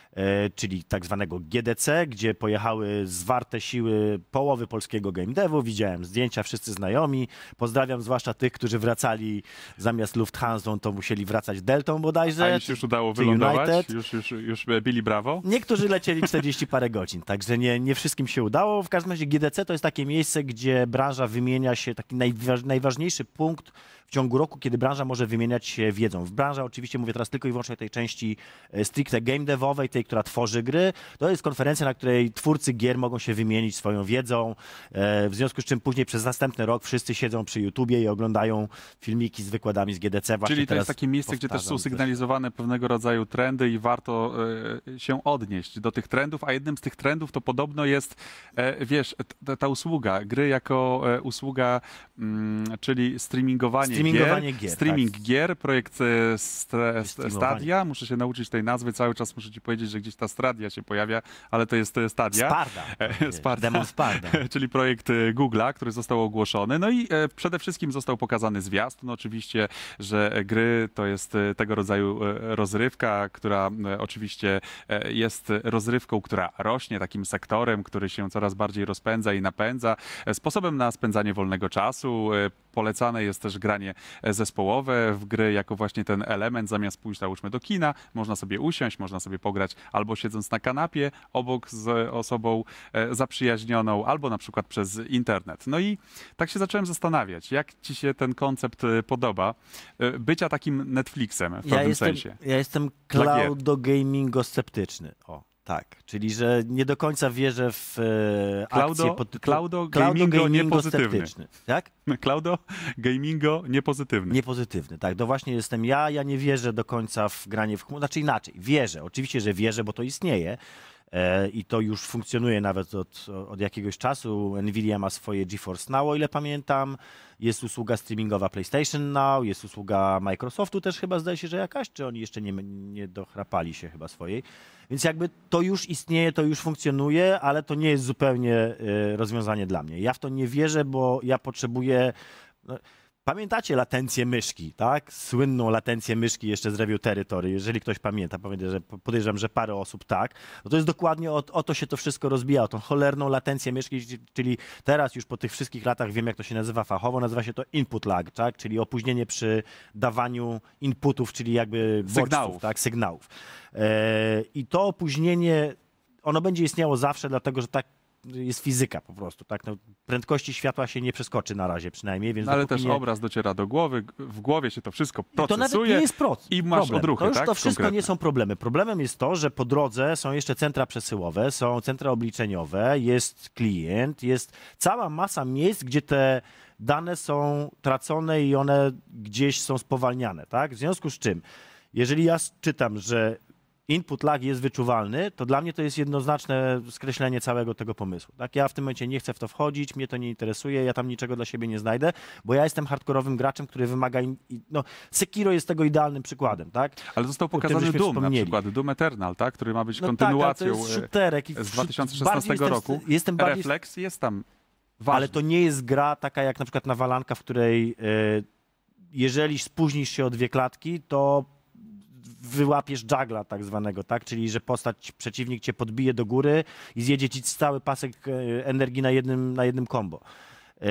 e, czyli tak zwanego G D C, gdzie pojechały zwarte siły połowy polskiego game devu. Widziałem zdjęcia, wszyscy znajomi. Pozdrawiam zwłaszcza tych, którzy wracali zamiast Lufthansa, to musieli wracać Deltą bodajże. A im się już udało czy wylądować? United. Już, już, już bili brawo? Niektórzy lecieli czterdzieści parę godzin, także nie, nie wszystkim się udało. W każdym razie G D C to jest takie miejsce, gdzie branża wymienia się, taki najważ, najważniejszy punkt w ciągu roku, kiedy branża może wymieniać się wiedzą. W branży, oczywiście mówię teraz tylko i wyłącznie o tej części stricte game devowej, tej, która tworzy gry. To jest konferencja, na której twórcy gier mogą się wymienić swoją wiedzą, w związku z czym później przez następny rok wszyscy siedzą przy YouTubie i oglądają filmiki z wykładami z G D C. Właśnie Czyli to teraz jest takie miejsce, gdzie też są powtarzam sygnalizowane pewnego rodzaju trendy i warto e, się odnieść do tych trendów, a jednym z tych trendów to podobno jest, e, wiesz, ta, ta usługa, gry jako e, usługa, mm, czyli streamingowanie, Streamingowanie gier, gier, streaming tak. gier, projekt e, stre, Streamowanie. Stadia, muszę się nauczyć tej nazwy, cały czas muszę ci powiedzieć, że gdzieś ta Stadia się pojawia, ale to jest e, Stadia. Sparda. E, Sparda. Demon Sparda. Czyli projekt e, Google'a, który został ogłoszony. No i e, przede wszystkim został pokazany zwiastun. No oczywiście, że gry to jest e, tego rodzaju e, rozrywka, która e, oczywiście e, jest rozrywką, która rośnie, takim sektorem, który się coraz bardziej rozpędza i napędza. E, sposobem na spędzanie wolnego czasu. E, polecane jest też granie zespołowe w gry jako właśnie ten element. Zamiast pójść, załóżmy, do kina, można sobie usiąść, można sobie pograć albo siedząc na kanapie obok z osobą e, zaprzyjaźnioną, albo na przykład przez internet. No i tak się zacząłem zastanawiać, jak ci się ten koncept e, podoba, e, bycia takim Netflixem w pewnym ja jestem, sensie. Ja jestem Dla gier. cloudo-gamingo-sceptyczny. O, tak. Czyli, że nie do końca wierzę w e, Cloudo- akcję pod tytułem cloudo-gamingo niepozytywny. sceptyczny. Jak? Cloudo, gamingo, niepozytywny. Niepozytywny, tak. To właśnie jestem ja. Ja nie wierzę do końca w granie w chmurę. Znaczy inaczej, wierzę. Oczywiście, że wierzę, bo to istnieje. E, I to już funkcjonuje nawet od, od jakiegoś czasu. Nvidia ma swoje GeForce Now, o ile pamiętam. Jest usługa streamingowa PlayStation Now, jest usługa Microsoftu też chyba, zdaje się, że jakaś, czy oni jeszcze nie, nie dochrapali się chyba swojej. Więc jakby to już istnieje, to już funkcjonuje, ale to nie jest zupełnie e, rozwiązanie dla mnie. Ja w to nie wierzę, bo ja potrzebuję... No, pamiętacie latencję myszki, tak? Słynną latencję myszki jeszcze z Review Territory. Jeżeli ktoś pamięta, że podejrzewam, że parę osób tak, no to jest dokładnie o, o to się to wszystko rozbija, o tą cholerną latencję myszki, czyli teraz już po tych wszystkich latach wiem, jak to się nazywa fachowo, nazywa się to input lag, tak? Czyli opóźnienie przy dawaniu inputów, czyli jakby Sygnałów. bodźców, tak? Sygnałów. E, I to opóźnienie, ono będzie istniało zawsze, dlatego że tak jest fizyka po prostu, tak? No, prędkości światła się nie przeskoczy na razie przynajmniej, więc No, ale dopóki też nie... obraz dociera do głowy, w głowie się to wszystko To nawet procesuje nie jest proc- i masz problem. odruchy, To już tak? to wszystko Konkretne. nie są problemy. Problemem jest to, że po drodze są jeszcze centra przesyłowe, są centra obliczeniowe, jest klient, jest cała masa miejsc, gdzie te dane są tracone i one gdzieś są spowalniane, tak? W związku z czym, jeżeli ja czytam, że input lag jest wyczuwalny, to dla mnie to jest jednoznaczne skreślenie całego tego pomysłu. Tak? Ja w tym momencie nie chcę w to wchodzić, mnie to nie interesuje, ja tam niczego dla siebie nie znajdę, bo ja jestem hardkorowym graczem, który wymaga... In... No, Sekiro jest tego idealnym przykładem, tak? Ale został O tym pokazany żeśmy Doom na wspomnieli. przykład, Doom Eternal, tak? Który ma być No kontynuacją tak, ale to jest shooterek i e, z w- dwa tysiące bardziej szesnastego jestem- roku. jestem bardziej- Reflex jest tam ważny. Ale to nie jest gra taka jak na przykład Nawalanka, w której e, jeżeli spóźnisz się o dwie klatki, to wyłapiesz juggla tak zwanego, tak? Czyli że postać, przeciwnik cię podbije do góry i zjedzie ci cały pasek e, energii na jednym, na jednym combo. E,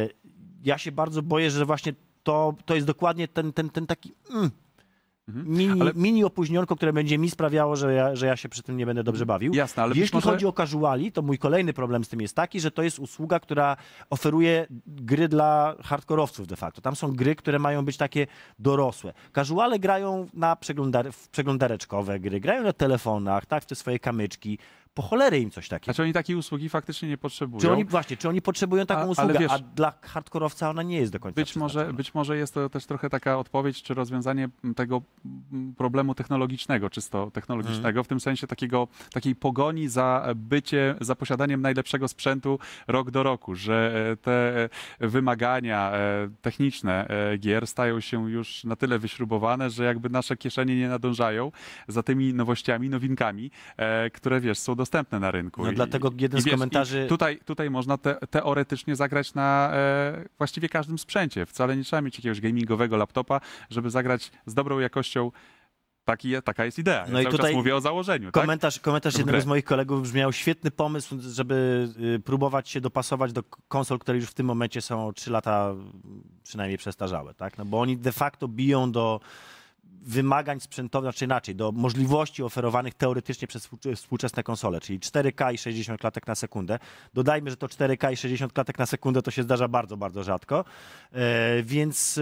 ja się bardzo boję, że właśnie to, to jest dokładnie ten, ten, ten taki mm, mini, Ale- mini opóźnionko, które będzie mi sprawiało, że ja, że ja się przy tym nie będę dobrze bawił. Jasne, ale być Jeśli może... chodzi o casuali, to mój kolejny problem z tym jest taki, że to jest usługa, która oferuje gry dla hardkorowców de facto. Tam są gry, które mają być takie dorosłe. Casuale grają na przeglądar w przeglądareczkowe gry, grają na telefonach, tak, w te swoje kamyczki. Po cholery im coś takiego. Znaczy oni takiej usługi faktycznie nie potrzebują. Czy oni, właśnie, czy oni potrzebują taką A- ale usługę, wiesz- a dla hardkorowca ona nie jest do końca Być może, przeznaczona. być może jest to też trochę taka odpowiedź, czy rozwiązanie tego mm, problemu technologicznego, czysto technologicznego, Mhm. w tym sensie takiego, takiej pogoni za bycie, za posiadaniem najlepszego sprzętu rok do roku, że e, te e, wymagania e, techniczne e, gier stają się już na tyle wyśrubowane, że jakby nasze kieszenie nie nadążają za tymi nowościami, nowinkami, e, które wiesz, są dostępne na rynku. No I- dlatego jeden i z wiesz, komentarzy- i Tutaj, tutaj można te, teoretycznie zagrać na e, właściwie każdym sprzęcie. Wcale nie trzeba mieć jakiegoś gamingowego laptopa, żeby zagrać z dobrą jakością Taki, taka jest idea. Ja No i cały tutaj czas mówię o założeniu. Tak? Komentarz, komentarz W jednego grę. z moich kolegów brzmiał: świetny pomysł, żeby y, próbować się dopasować do k- konsol, które już w tym momencie są trzy lata przynajmniej przestarzałe, tak? No bo oni de facto biją do wymagań sprzętowych, znaczy inaczej, do możliwości oferowanych teoretycznie przez współcze- współczesne konsole, czyli cztery K i sześćdziesiąt klatek na sekundę. Dodajmy, że to cztery K i sześćdziesiąt klatek na sekundę to się zdarza bardzo, bardzo rzadko, e, więc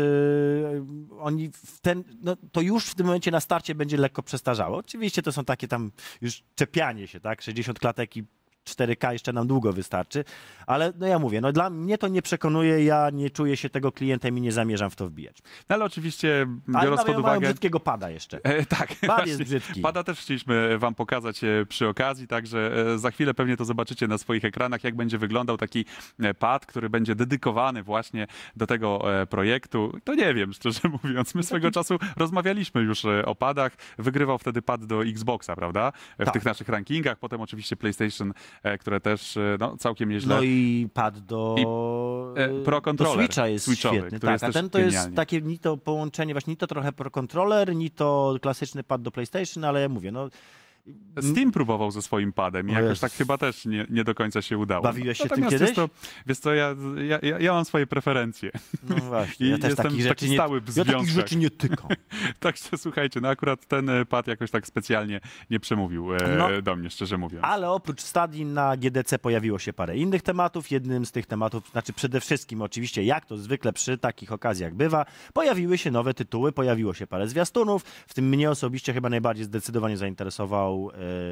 e, oni w ten, no, to już w tym momencie na starcie będzie lekko przestarzałe. Oczywiście to są takie tam już czepianie się, tak? sześćdziesiąt klatek i cztery K jeszcze nam długo wystarczy, ale no ja mówię, no dla mnie to nie przekonuje, ja nie czuję się tego klientem i nie zamierzam w to wbijać. No ale oczywiście, Ale biorąc mają, pod mają uwagę... brzydkiego pada jeszcze. E, tak, Pad właśnie. jest brzydki. Pada też chcieliśmy wam pokazać e, przy okazji, także e, za chwilę pewnie to zobaczycie na swoich ekranach, jak będzie wyglądał taki e, pad, który będzie dedykowany właśnie do tego e, projektu. To nie wiem, szczerze mówiąc. My swego czasu rozmawialiśmy już e, o padach. Wygrywał wtedy pad do Xboxa, prawda? E, W Tak. tych naszych rankingach. Potem oczywiście PlayStation, e, które też e, no, całkiem nieźle. No i pad do, e, Pro do Controller Switcha jest switchowy, świetny. który Tak, jest a też ten to jest genialnie. takie ni to połączenie, właśnie ni to trochę Pro Controller, ni to klasyczny pad do PlayStation, ale ja mówię, no Steam próbował ze swoim padem i O jakoś Jezus. tak chyba też nie, nie do końca się udało. Bawiłeś się tym Natomiast kiedyś? Jest to, wiesz co, ja, ja, ja, ja mam swoje preferencje. no właśnie, I ja też jestem takich taki rzeczy nie, stały w ja takich związkach. rzeczy nie tykam. Także słuchajcie, no akurat ten e, pad jakoś tak specjalnie nie przemówił e, No. do mnie, szczerze mówiąc. Ale oprócz Stadii na G D C pojawiło się parę innych tematów. Jednym z tych tematów, znaczy przede wszystkim oczywiście, jak to zwykle przy takich okazjach bywa, pojawiły się nowe tytuły, pojawiło się parę zwiastunów, w tym mnie osobiście chyba najbardziej zdecydowanie zainteresował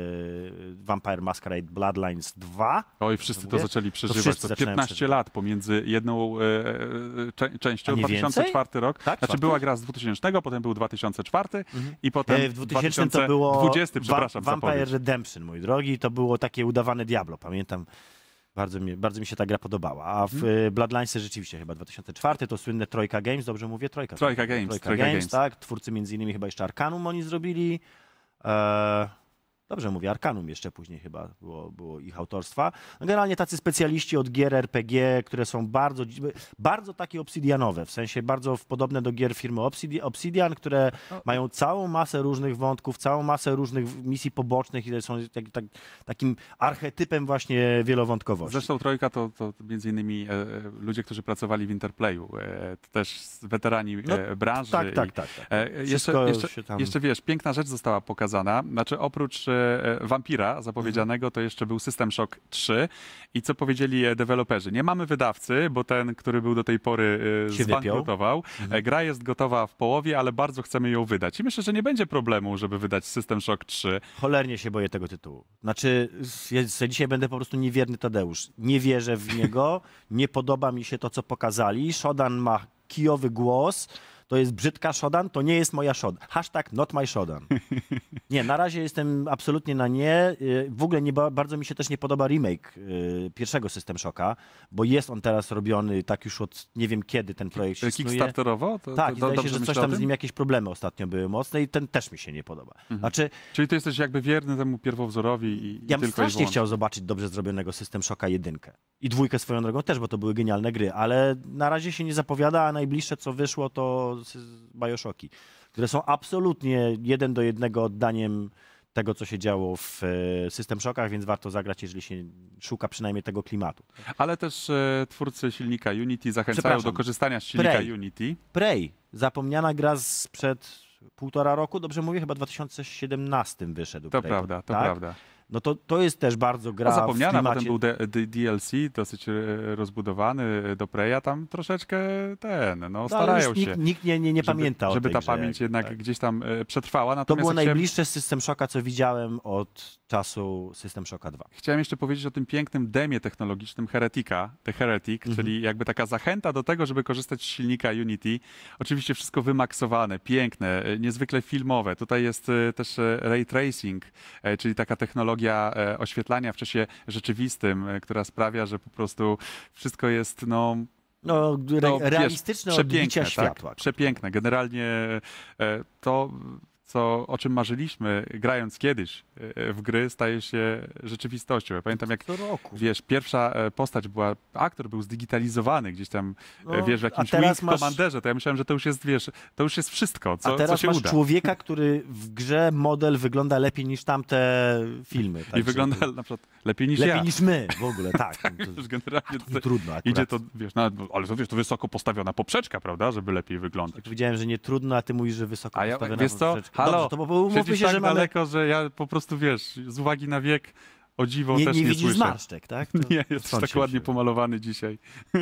e, Vampire Masquerade Bloodlines dwa. Oj, wszyscy to Mówię? zaczęli przeżywać. wszyscy To zaczynają piętnaście przeżywać. lat pomiędzy jedną e, e, cze- częścią, A nie dwa tysiące czwarty rok. Tak, Znaczy czwarty? była gra z dwutysięcznego, potem był dwa tysiące czwarty i potem E, w dwutysięcznym to było dwudziesty, przepraszam, Va- Vampire zapowiedź. Redemption, mój drogi. To było takie udawane Diablo, pamiętam. Bardzo mi, bardzo mi się ta gra podobała. A w hmm. Bloodlinesy rzeczywiście chyba dwa tysiące czwarty to słynne Trojka Games, dobrze mówię? Trojka. Trojka Games, Trojka Trojka Games, Games. tak. Twórcy między innymi chyba jeszcze Arcanum oni zrobili. E, dobrze mówię, Arcanum jeszcze później chyba było, było ich autorstwa. No generalnie tacy specjaliści od gier R P G, które są bardzo, bardzo takie obsydianowe, w sensie bardzo podobne do gier firmy Obsidi- Obsidian, które mają całą masę różnych wątków, całą masę różnych misji pobocznych i są tak, tak, takim archetypem właśnie wielowątkowości. Zresztą Trojka to, to między innymi e, ludzie, którzy pracowali w Interplayu. E, to też weterani e, No, branży. tak, i, tak, tak. tak. E, jeszcze, Wszystko jeszcze, się tam... jeszcze wiesz, piękna rzecz została pokazana. Znaczy oprócz e, Vampira zapowiedzianego, to jeszcze był System Shock trzy i co powiedzieli e, deweloperzy? Nie mamy wydawcy, bo ten, który był do tej pory e, Się wypiął. zbankrutował. E, gra jest gotowa w połowie, ale bardzo chcemy ją wydać. I myślę, że nie będzie problemu, żeby wydać System Shock trzy. Cholernie się boję tego tytułu. Znaczy, ja dzisiaj będę po prostu niewierny Tadeusz. Nie wierzę w niego, nie podoba mi się to, co pokazali. Shodan ma kijowy głos, to jest brzydka Shodan, to nie jest moja Shodan. Hashtag not my Shodan. Nie, na razie jestem absolutnie na nie. W ogóle nie, ba- bardzo mi się też nie podoba remake y, pierwszego System Shocka, bo jest on teraz robiony tak już od nie wiem kiedy ten projekt się snuje. Kickstarterowo? To, Tak, to, i to zdaje się, dobrze że coś myślę o tam z tym? nim jakieś problemy ostatnio były mocne i ten też mi się nie podoba. Znaczy, Czyli ty jesteś jakby wierny temu pierwowzorowi i, i ja bym tylko i strasznie wyłącznie. chciał zobaczyć dobrze zrobionego System Shocka jedynkę. I dwójkę swoją drogą też, bo to były genialne gry, ale na razie się nie zapowiada, a najbliższe co wyszło to Bioshocki, które są absolutnie jeden do jednego oddaniem tego, co się działo w e, System Shockach, więc warto zagrać, jeżeli się szuka przynajmniej tego klimatu. Ale też e, twórcy silnika Unity zachęcają Przepraszam. do korzystania z silnika Prey. Unity. Prey, zapomniana gra sprzed półtora roku, dobrze mówię, chyba w dwa tysiące siedemnastym wyszedł. To Prey, prawda, to tak? prawda. No to, to jest też bardzo gra A zapomniana, w klimacie... potem był D- D- D L C, dosyć e, rozbudowany do Preya, tam troszeczkę ten, no No, ale starają już się. nikt, nikt nie, nie, nie żeby, pamięta o Żeby tej ta grze, pamięć jak- jednak tak. gdzieś tam e, przetrwała. To Natomiast było ja chciałem, najbliższe System Shocka, co widziałem od czasu System Shocka dwa. chciałem jeszcze powiedzieć o tym pięknym demie technologicznym Heretika, The Heretic, Mhm. czyli jakby taka zachęta do tego, żeby korzystać z silnika Unity. Oczywiście wszystko wymaksowane, piękne, e, niezwykle filmowe. Tutaj jest e, też e, ray tracing, e, czyli taka technologia e, oświetlania w czasie rzeczywistym, e, która sprawia, że po prostu wszystko jest no, No, re, no, wiesz, realistyczne odbicia światła. Tak? Przepiękne. Generalnie e, to co, o czym marzyliśmy, grając kiedyś e, w gry, staje się rzeczywistością. Ja pamiętam, jak, Co roku. wiesz, pierwsza e, postać była, aktor był zdigitalizowany gdzieś tam, No, e, wiesz, w a jakimś teraz Wing masz- Commanderze, to ja myślałem, że to już jest, wiesz, to już jest wszystko, co, A teraz co się masz uda. człowieka, który w grze model wygląda lepiej niż tamte filmy. I także wygląda to- na przykład lepiej niż lepiej ja. niż my w ogóle, tak. To, Już generalnie to tutaj trudno akurat. idzie to, wiesz, no, ale to wiesz, to wysoko postawiona poprzeczka, prawda, żeby lepiej wyglądać. Powiedziałem, że nie trudno, a ty mówisz, że wysoko A ja, postawiona wiesz co, poprzeczka. halo, Dobrze, to bo umówmy przecież się, tak że mamy... daleko, że ja po prostu, wiesz, z uwagi na wiek, o dziwo nie, też nie nie, widzisz słyszę. zmarszczek, tak? To Nie, jesteś stąd tak się ładnie wzięło. pomalowany dzisiaj.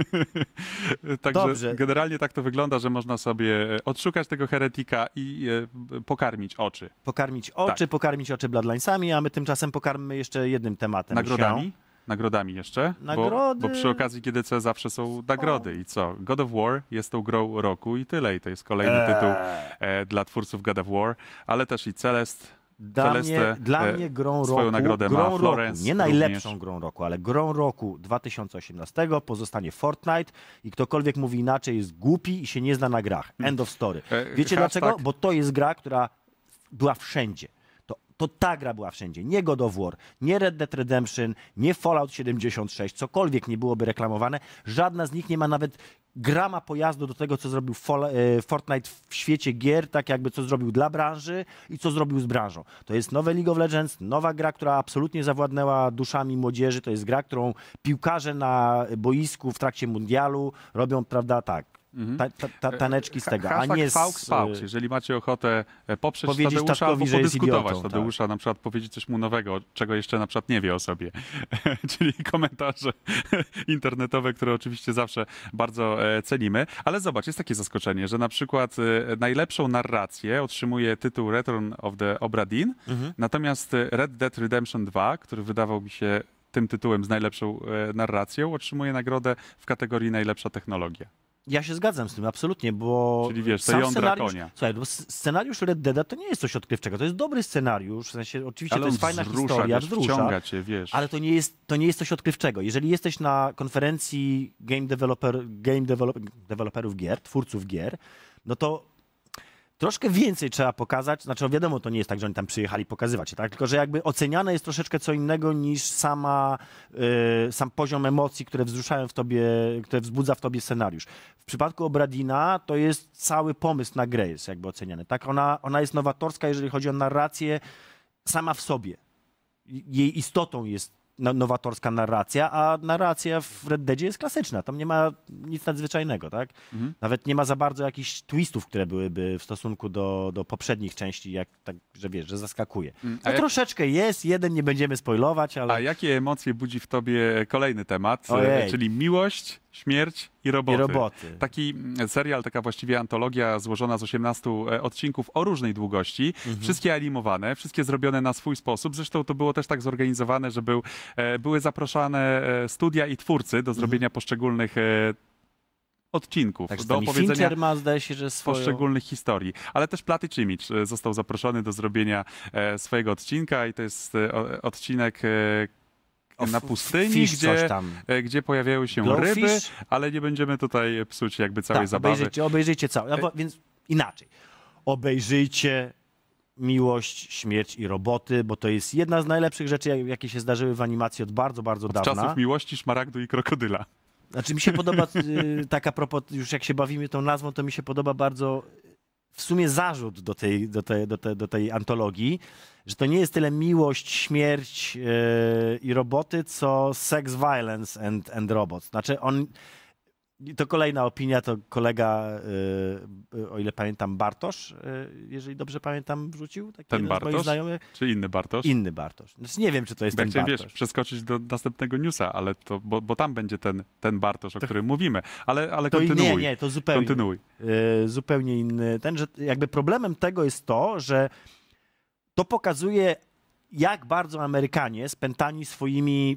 Także Dobrze. generalnie tak to wygląda, że można sobie e, odszukać tego heretika i e, pokarmić oczy. Pokarmić oczy, Tak. pokarmić oczy Bloodlinesami, a my tymczasem pokarmimy jeszcze jednym tematem. Nagrodami? Się. Nagrodami jeszcze? Nagrody. Bo, bo przy okazji G D C zawsze są nagrody. I co? God of War jest tą grą roku i tyle. I to jest kolejny Eee. tytuł e, dla twórców God of War, ale też i Celeste. Dla, mnie, Celeste, dla e, mnie grą swoją roku, nagrodę grą ma, roku, Florence nie najlepszą również. grą roku, ale grą roku dwa tysiące osiemnastego pozostanie Fortnite i ktokolwiek mówi inaczej jest głupi i się nie zna na grach. End of story. E, Wiecie hashtag- dlaczego? Bo to jest gra, która była wszędzie. To, to ta gra była wszędzie. Nie God of War, nie Red Dead Redemption, nie Fallout siedemdziesiąt sześć, cokolwiek nie byłoby reklamowane. Żadna z nich nie ma nawet grama pojazdu do tego, co zrobił Fall, e, Fortnite w świecie gier, tak jakby co zrobił dla branży i co zrobił z branżą. To jest nowe League of Legends, nowa gra, która absolutnie zawładnęła duszami młodzieży. To jest gra, którą piłkarze na boisku w trakcie mundialu robią, prawda, tak, ta, ta, ta, taneczki z tego, a Hashtag nie z... Faux Faux. Jeżeli macie ochotę e, poprzeć Powiedzieć Tadeusza Tatkowi, albo że jest podyskutować idiotą, Tadeusza, na przykład powiedzieć coś mu nowego, czego jeszcze na przykład nie wie o sobie. Czyli komentarze internetowe, które oczywiście zawsze bardzo e, cenimy. Ale zobacz, jest takie zaskoczenie, że na przykład e, najlepszą narrację otrzymuje tytuł Return of the Obra Dinn, Mhm. natomiast e, Red Dead Redemption dwa, który wydawał mi się tym tytułem z najlepszą e, narracją, otrzymuje nagrodę w kategorii najlepsza technologia. Ja się zgadzam z tym, absolutnie, bo... Czyli wiesz, to sam jądra scenariusz, konia. Słuchaj, bo s- scenariusz Red Deada to nie jest coś odkrywczego, to jest dobry scenariusz, w sensie oczywiście Ale to jest on fajna wzrusza, historia, wiesz, wzrusza, wciąga cię, wiesz. ale to nie, jest, to nie jest coś odkrywczego. Jeżeli jesteś na konferencji game, developer, game develop, deweloperów gier, twórców gier, no to troszkę więcej trzeba pokazać, znaczy no wiadomo, to nie jest tak, że oni tam przyjechali pokazywać się, tak? Tylko że jakby oceniane jest troszeczkę co innego niż sama, y, sam poziom emocji, które wzruszają w tobie, które wzbudza w tobie scenariusz. W przypadku Obradina to jest cały pomysł na grę jest jakby oceniany, tak? Ona, ona jest nowatorska, jeżeli chodzi o narrację sama w sobie. Jej istotą jest no- nowatorska narracja, a narracja w Red Deadzie jest klasyczna. Tam nie ma nic nadzwyczajnego, tak? Mhm. Nawet nie ma za bardzo jakichś twistów, które byłyby w stosunku do, do poprzednich części, jak tak, że wiesz, że zaskakuje. Mm, a No jak- troszeczkę jest, jeden nie będziemy spoilować, ale... A jakie emocje budzi w tobie kolejny temat, Ojej. e, czyli miłość, śmierć i roboty. I roboty. Taki mm, serial, taka właściwie antologia złożona z osiemnastu e, odcinków o różnej długości, Mhm. wszystkie animowane, wszystkie zrobione na swój sposób. Zresztą to było też tak zorganizowane, że był, e, były zaproszone e, studia i twórcy do zrobienia poszczególnych e, odcinków, Także do tam i opowiedzenia Fincher ma, zdaje się, że swoją... poszczególnych historii. Ale też Platy Cimicz e, został zaproszony do zrobienia e, swojego odcinka i to jest e, o- odcinek e, O, na f- pustyni, Fish coś gdzie, tam. e, gdzie pojawiają się Glowfish? ryby, ale nie będziemy tutaj psuć jakby całej Tak, zabawy. obejrzyjcie, obejrzyjcie cały. No, bo, więc inaczej. Obejrzyjcie Miłość, Śmierć i Roboty, bo to jest jedna z najlepszych rzeczy, jak- jakie się zdarzyły w animacji od bardzo, bardzo Od dawna. czasów miłości, szmaragdu i krokodyla. Znaczy mi się podoba, y, taka propos, już jak się bawimy tą nazwą, to mi się podoba bardzo w sumie zarzut do tej, do tej, do tej, do tej antologii, że to nie jest tyle miłość, śmierć y, i roboty, co sex, violence and, and robots. Znaczy on, to kolejna opinia, to kolega, y, y, o ile pamiętam, Bartosz, y, jeżeli dobrze pamiętam, wrzucił. Taki Ten jeden z moich Bartosz? znajomych. Czy inny Bartosz? Inny Bartosz. Znaczy nie wiem, czy to jest Bo ja ten chciałem, Bartosz. wiesz, przeskoczyć do następnego newsa, ale to, bo, bo tam będzie ten, ten Bartosz, o którym mówimy. Ale, ale To i- kontynuuj. nie, nie, to zupełnie. Kontynuuj. e, zupełnie inny. Ten, że jakby problemem tego jest to, że to pokazuje, jak bardzo Amerykanie spętani swoimi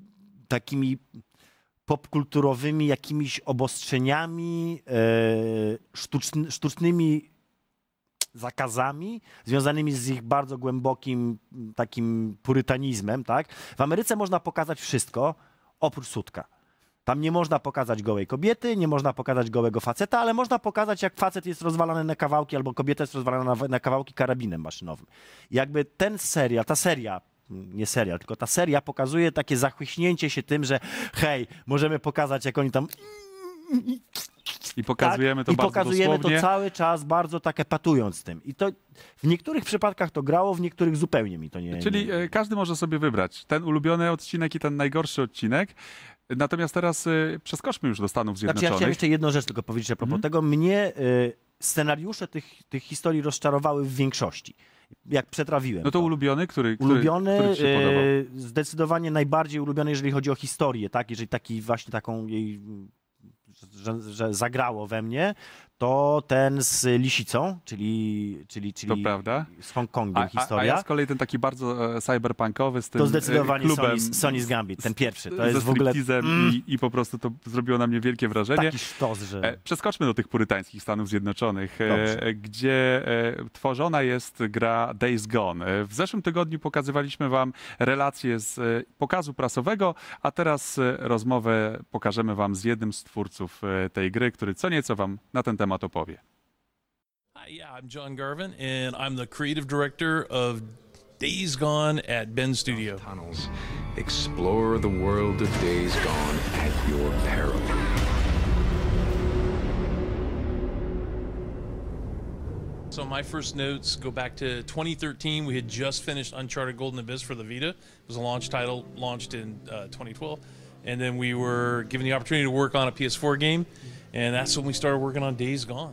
takimi popkulturowymi jakimiś obostrzeniami, e, sztuczny, sztucznymi zakazami związanymi z ich bardzo głębokim m, takim purytanizmem, tak? W Ameryce można pokazać wszystko oprócz sutka. Tam nie można pokazać gołej kobiety, nie można pokazać gołego faceta, ale można pokazać, jak facet jest rozwalany na kawałki albo kobieta jest rozwalana na, na kawałki karabinem maszynowym. I jakby ten serial, ta seria, nie serial, tylko ta seria pokazuje takie zachłyśnięcie się tym, że hej, możemy pokazać, jak oni tam... I pokazujemy tak, to i bardzo pokazujemy dosłownie. to cały czas bardzo tak epatując tym. I to w niektórych przypadkach to grało, w niektórych zupełnie mi to nie... Czyli nie... e, każdy może sobie wybrać ten ulubiony odcinek i ten najgorszy odcinek. Natomiast teraz e, przeskoczmy już do Stanów Znaczy, ja Zjednoczonych. chciałem jeszcze jedną rzecz tylko powiedzieć a propos Mhm. tego. Mnie y, scenariusze tych, tych historii rozczarowały w większości. Jak przetrawiłem No to to. ulubiony, który, który, Ulubiony, który ci się podobał? y, zdecydowanie najbardziej ulubiony, jeżeli chodzi o historię, tak? Jeżeli taki właśnie taką jej, że, że zagrało we mnie, to ten z Lisicą, czyli, czyli, To czyli prawda. z Hongkongiem A, a, a historia. ja z kolei ten taki bardzo e, cyberpunkowy z tym To zdecydowanie e, klubem. Sony's, Sony's Gambit, ten pierwszy. To ze jest w ogóle striptizem mm, i, i po prostu to zrobiło na mnie wielkie wrażenie. taki sztos, że... E, Przeskoczmy do tych purytańskich Stanów Zjednoczonych, e, Dobrze. gdzie e, tworzona jest gra Days Gone. E, W zeszłym tygodniu pokazywaliśmy wam relacje z e, pokazu prasowego, a teraz e, rozmowę pokażemy wam z jednym z twórców e, tej gry, który co nieco wam na ten temat opowie. Hi, yeah, I'm John Garvin, and I'm the creative director of Days Gone at Ben Studio. Tunnels. Explore the world of Days Gone at your peril. So my first notes go back to twenty thirteen. We had just finished Uncharted Golden Abyss for the Vita. It was a launch title, launched in uh, twenty twelve. And then we were given the opportunity to work on a P S four game, and that's when we started working on Days Gone.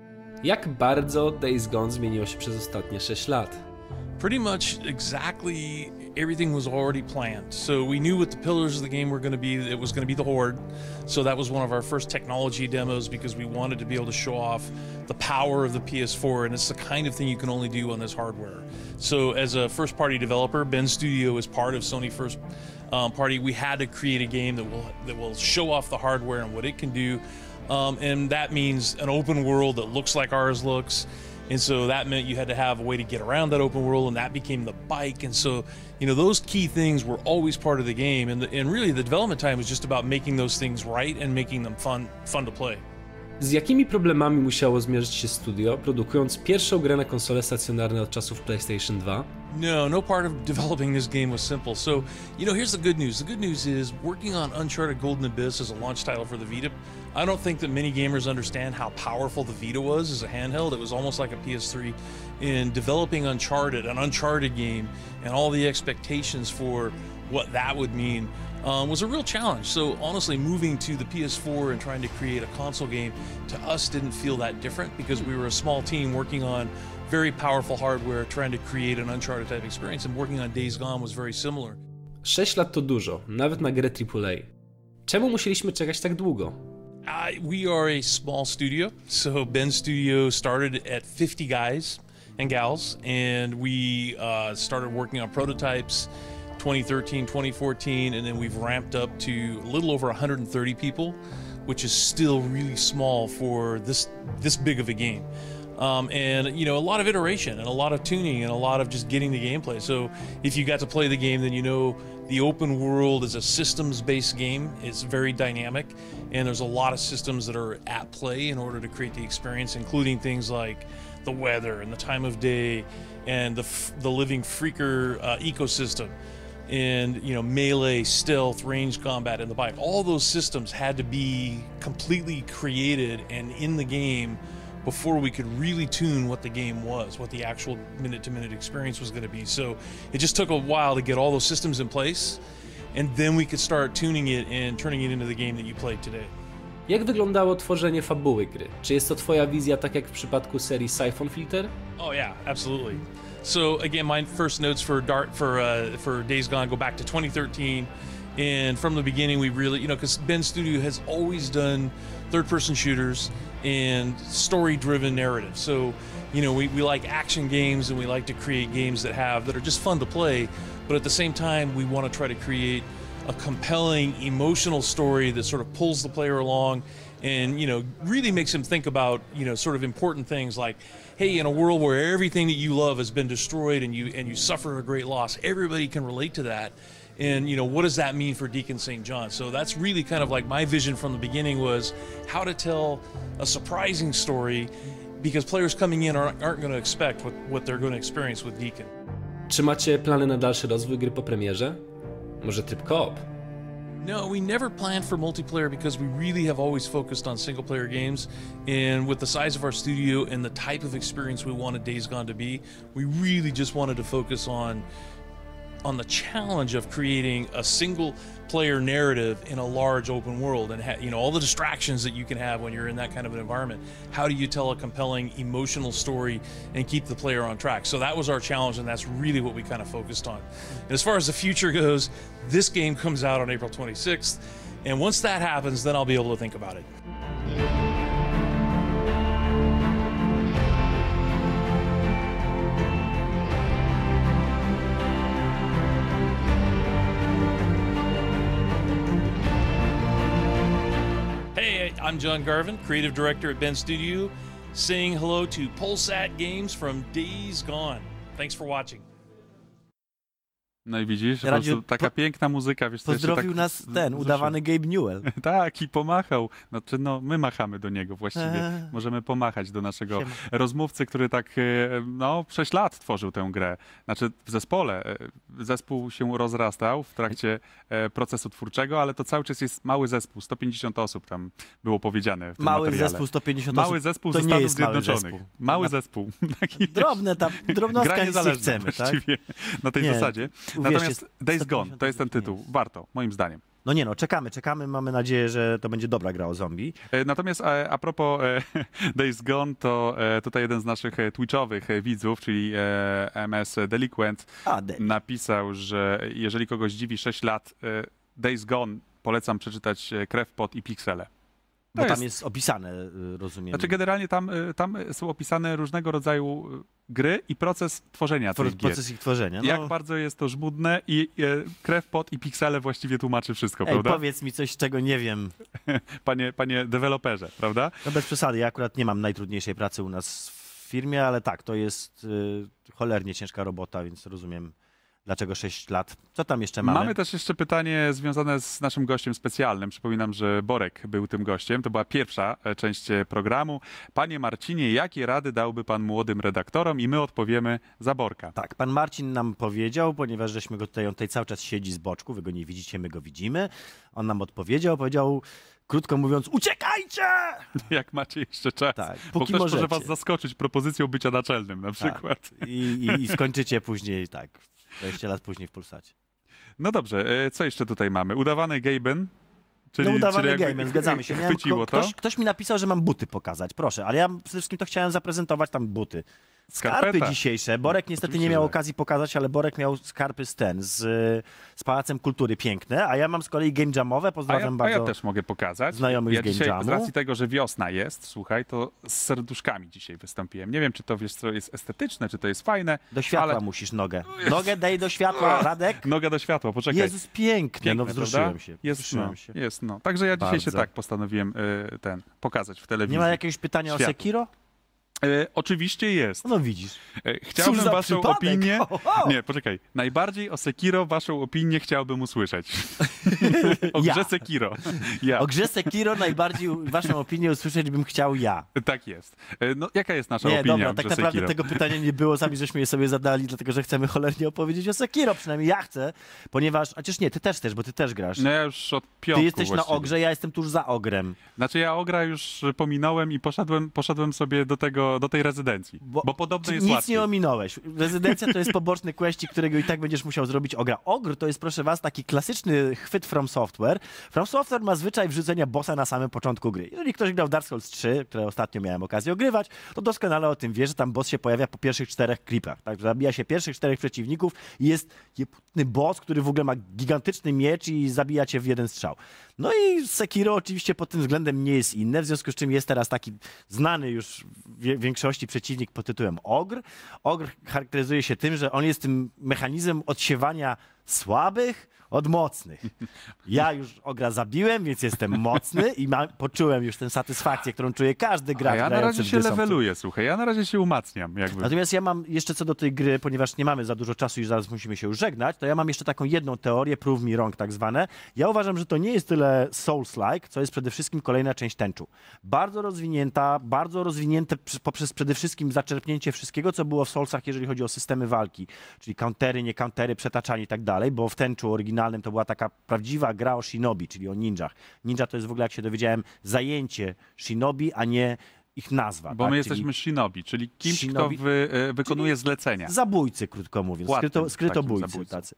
Jak bardzo Days Gone zmieniło się przez ostatnie sześć lat? Pretty much exactly everything was already planned. So we knew what the pillars of the game were going to be. It was going to be the Horde. So that was one of our first technology demos because we wanted to be able to show off the power of the P S four, and it's the kind of thing you can only do on this hardware. So as a first-party developer, Ben Studio is part of Sony First um, Party. We had to create a game that will that will show off the hardware and what it can do. Um, and that means an open world that looks like ours looks. And so that meant you had to have a way to get around that open world, and that became the bike. And so, you know, those key things were always part of the game. And, the, and really the development time was just about making those things right and making them fun, fun to play. Z jakimi problemami musiało zmierzyć się studio, produkując pierwszą grę na konsole stacjonarne od czasów PlayStation dwa? No, no part of developing this game was simple. So, you know, here's the good news. The good news is working on Uncharted Golden Abyss as a launch title for the Vita, I don't think that many gamers understand how powerful the Vita was as a handheld. It was almost like a P S three. In developing Uncharted, an Uncharted game, and all the expectations for what that would mean um, was a real challenge. So honestly, moving to the P S four and trying to create a console game, to us didn't feel that different because we were a small team working on very powerful hardware, trying to create an Uncharted type experience, and working on Days Gone was very similar. sześć lat to dużo, nawet na grę triple A. Czemu musieliśmy czekać tak długo? Uh, we are a small studio, so Ben Studio started at fifty guys and gals, and we uh, started working on prototypes twenty thirteen, twenty fourteen, and then we've ramped up to a little over one hundred thirty people, which is still really small for this this big of a game. Um, and, you know, a lot of iteration and a lot of tuning and a lot of just getting the gameplay. So if you got to play the game, then you know the open world is a systems-based game. It's very dynamic, and there's a lot of systems that are at play in order to create the experience, including things like the weather and the time of day and the, f the living freaker uh, ecosystem. And, you know, melee, stealth, range combat, and the bike. All those systems had to be completely created and in the game before we could really tune what the game was, what the actual minute-to-minute experience was going to be. So it just took a while to get all those systems in place, and then we could start tuning it and turning it into the game that you played today. Jak wyglądało tworzenie fabuły gry? Czy jest to twoja wizja tak jak w przypadku serii Siphon Filter? Oh yeah, absolutely. So again, my first notes for Dart for uh, for Days Gone go back to twenty thirteen, and from the beginning we really, you know, because Ben Studio has always done third-person shooters and story-driven narrative. So, you know, we, we like action games and we like to create games that have that are just fun to play, but at the same time we want to try to create a compelling, emotional story that sort of pulls the player along and, you know, really makes him think about, you know, sort of important things like, hey, in a world where everything that you love has been destroyed and you and you suffer a great loss, everybody can relate to that. and you know, what does that mean for Deacon Saint John? So that's really kind of like my vision from the beginning was how to tell a surprising story, because players coming in aren't, aren't going to expect what, what they're going to experience with Deacon. Czy macie plany na dalszy rozwój gry po premierze? Może tryb co-op? No, we never planned for multiplayer because we really have always focused on single player games, and with the size of our studio and the type of experience we wanted Days Gone to be, we really just wanted to focus on on the challenge of creating a single player narrative in a large open world, and ha- you know, all the distractions that you can have when you're in that kind of an environment. How do you tell a compelling emotional story and keep the player on track? So that was our challenge, and that's really what we kind of focused on. And as far as the future goes, this game comes out on April twenty-sixth, and once that happens, then I'll be able to think about it. I'm John Garvin, creative director at Bend Studio, saying hello to Polsat Games from Days Gone. Thanks for watching. No i widzisz, po Radziu, prostu taka po- piękna muzyka. Wiesz, co, jeszcze Pozdrowił tak nas z- ten, zeszło. udawany Gabe Newell. Tak, i pomachał. Znaczy, no, my machamy do niego właściwie. Eee. Możemy pomachać do naszego Siema. rozmówcy, który tak, e, no, sześć lat tworzył tę grę. Znaczy, w zespole. E, Zespół się rozrastał w trakcie e, procesu twórczego, ale to cały czas jest mały zespół. sto pięćdziesiąt osób tam było powiedziane w tym Mały materiale. zespół, sto pięćdziesiąt Mały osób. zespół to ze nie Stanów jest mały Zjednoczonych. zespół. Mały Na- zespół. Taki, Drobne tam, drobnostka gra nic nie niezależna chcemy, tak? właściwie na tej Nie, zasadzie. uwierzcie, Natomiast Days sto Gone, pięćdziesiąt to jest ten osób nie tytuł. jest. Warto, moim zdaniem. No nie no, czekamy, czekamy, mamy nadzieję, że to będzie dobra gra o zombie. E, Natomiast e, a propos e, Days Gone, to e, tutaj jeden z naszych e, twitchowych e, widzów, czyli e, M S Delinquent, A, de- napisał, że jeżeli kogoś dziwi sześć lat, e, Days Gone polecam przeczytać e, Krew, Pot i Piksele. bo To tam jest- jest opisane, y, rozumiem. Znaczy generalnie tam, e, tam są opisane różnego rodzaju e, gry i proces tworzenia Pro- tych gier. proces ich tworzenia. No. Jak bardzo jest to żmudne i e, Krew, Pot i Piksele właściwie tłumaczy wszystko, Ej, prawda? powiedz mi coś, czego nie wiem. Panie, panie deweloperze, prawda? No bez przesady, ja akurat nie mam najtrudniejszej pracy u nas w firmie, ale tak, to jest y, cholernie ciężka robota, więc rozumiem, dlaczego sześć lat. Co tam jeszcze mamy? Mamy też jeszcze pytanie związane z naszym gościem specjalnym. Przypominam, że Borek był tym gościem. To była pierwsza e, część e, programu. Panie Marcinie, jakie rady dałby pan młodym redaktorom? I my odpowiemy za Borka. Tak, pan Marcin nam powiedział, ponieważ żeśmy go tutaj, on tutaj cały czas siedzi z boczku, wy go nie widzicie, my go widzimy. On nam odpowiedział, powiedział, krótko mówiąc, uciekajcie! Jak macie jeszcze czas. Tak, Bo póki ktoś może możecie. was zaskoczyć propozycją bycia naczelnym na przykład. Tak. I, i, I skończycie później, tak, dwadzieścia lat później w Polsacie. No dobrze, e, co jeszcze tutaj mamy? Udawany Gaben? Czyli, no udawany czyli jakby gamer, zgadzamy się. Miałem, Chwyciło ko- to? ktoś, ktoś mi napisał, że mam buty pokazać, proszę, ale ja przede wszystkim to chciałem zaprezentować tam buty. Skarpy Skarpeta. dzisiejsze. Borek niestety Oczywiście, nie miał że tak. okazji pokazać, ale Borek miał skarpy z ten, z, z Pałacem Kultury piękne, a ja mam z kolei game jamowe, A ja, pozdrawiam a bardzo. ja też mogę pokazać. znajomych ja z Game dzisiaj, Jamu. z racji tego, że wiosna jest, słuchaj, to z serduszkami dzisiaj wystąpiłem. Nie wiem, czy to wiesz, co jest estetyczne, czy to jest fajne. Do światła ale- musisz nogę. Nogę daj do światła, Radek. Noga do światła, poczekaj. Jezus, pięknie, Piękne, no wzruszyłem prawda? się. Jest, wzruszyłem no, się. jest, no. Także ja dzisiaj się Bardzo. tak postanowiłem y, ten, pokazać w telewizji. Nie ma jakiegoś pytania Światło. o Sekiro? E, oczywiście jest. No widzisz. E, chciałbym Cóż za waszą przypadek. opinię. Ho, ho. Nie, poczekaj. Najbardziej o Sekiro waszą opinię chciałbym usłyszeć. o Ja. grze Sekiro. Ja. O grze Sekiro najbardziej waszą opinię usłyszeć bym chciał ja. Tak jest. E, no, jaka jest nasza Nie, opinia dobra, o tak grze naprawdę Sekiro? tego pytania nie było, sami żeśmy je sobie zadali, dlatego że chcemy cholernie opowiedzieć o Sekiro, przynajmniej ja chcę, ponieważ, chociaż nie, ty też też, bo ty też grasz. No ja już od piątku Ty jesteś właściwie. na ogrze, ja jestem tuż za ogrem. Znaczy ja ogra już pominąłem i poszedłem, poszedłem sobie do, tego, do tej rezydencji. Bo, Bo- podobno Czyli jest nic łatwiej. nie ominąłeś. Rezydencja to jest poboczny questik, którego i tak będziesz musiał zrobić ogra. Ogr to jest, proszę was, taki klasyczny chwyt From Software. From Software ma zwyczaj wrzucenia bossa na samym początku gry. Jeżeli ktoś grał w Dark Souls trzy, które ostatnio miałem okazję ogrywać, to doskonale o tym wie, że tam boss się pojawia po pierwszych czterech klipach. Tak, zabija się pierwszych czterech przeciwników i jest jebutny boss, który w ogóle ma gigantyczny miecz i zabija cię w jeden strzał. No i Sekiro oczywiście pod tym względem nie jest inne, w związku z czym jest teraz taki znany już w większości przeciwnik pod tytułem Ogr. Ogr charakteryzuje się tym, że on jest tym mechanizmem odsiewania słabych, od mocnych. Ja już Ogra zabiłem, więc jestem mocny i ma, poczułem już tę satysfakcję, którą czuje każdy gracz. A ja na grający razie w się gry Software. leveluję, słuchaj, ja na razie się umacniam. Jakby. Natomiast ja mam jeszcze co do tej gry, ponieważ nie mamy za dużo czasu i zaraz musimy się już żegnać, to ja mam jeszcze taką jedną teorię, prove me wrong tak zwane. Ja uważam, że to nie jest tyle Souls-like, co jest przede wszystkim kolejna część tęczu. Bardzo rozwinięta, bardzo rozwinięte poprzez przede wszystkim zaczerpnięcie wszystkiego, co było w Soulsach, jeżeli chodzi o systemy walki, czyli countery, nie countery, przetaczanie i tak dalej, bo w tęczu oryginalnym to była taka prawdziwa gra o shinobi, czyli o ninjach. Ninja to jest w ogóle, jak się dowiedziałem, zajęcie shinobi, a nie ich nazwa. Bo tak? my Czyli jesteśmy shinobi, czyli kimś, shinobi- kto wy, e, wykonuje zlecenia. zabójcy, krótko mówiąc, Płatnym skryto, takim skrytobójcy zabójcą. tacy.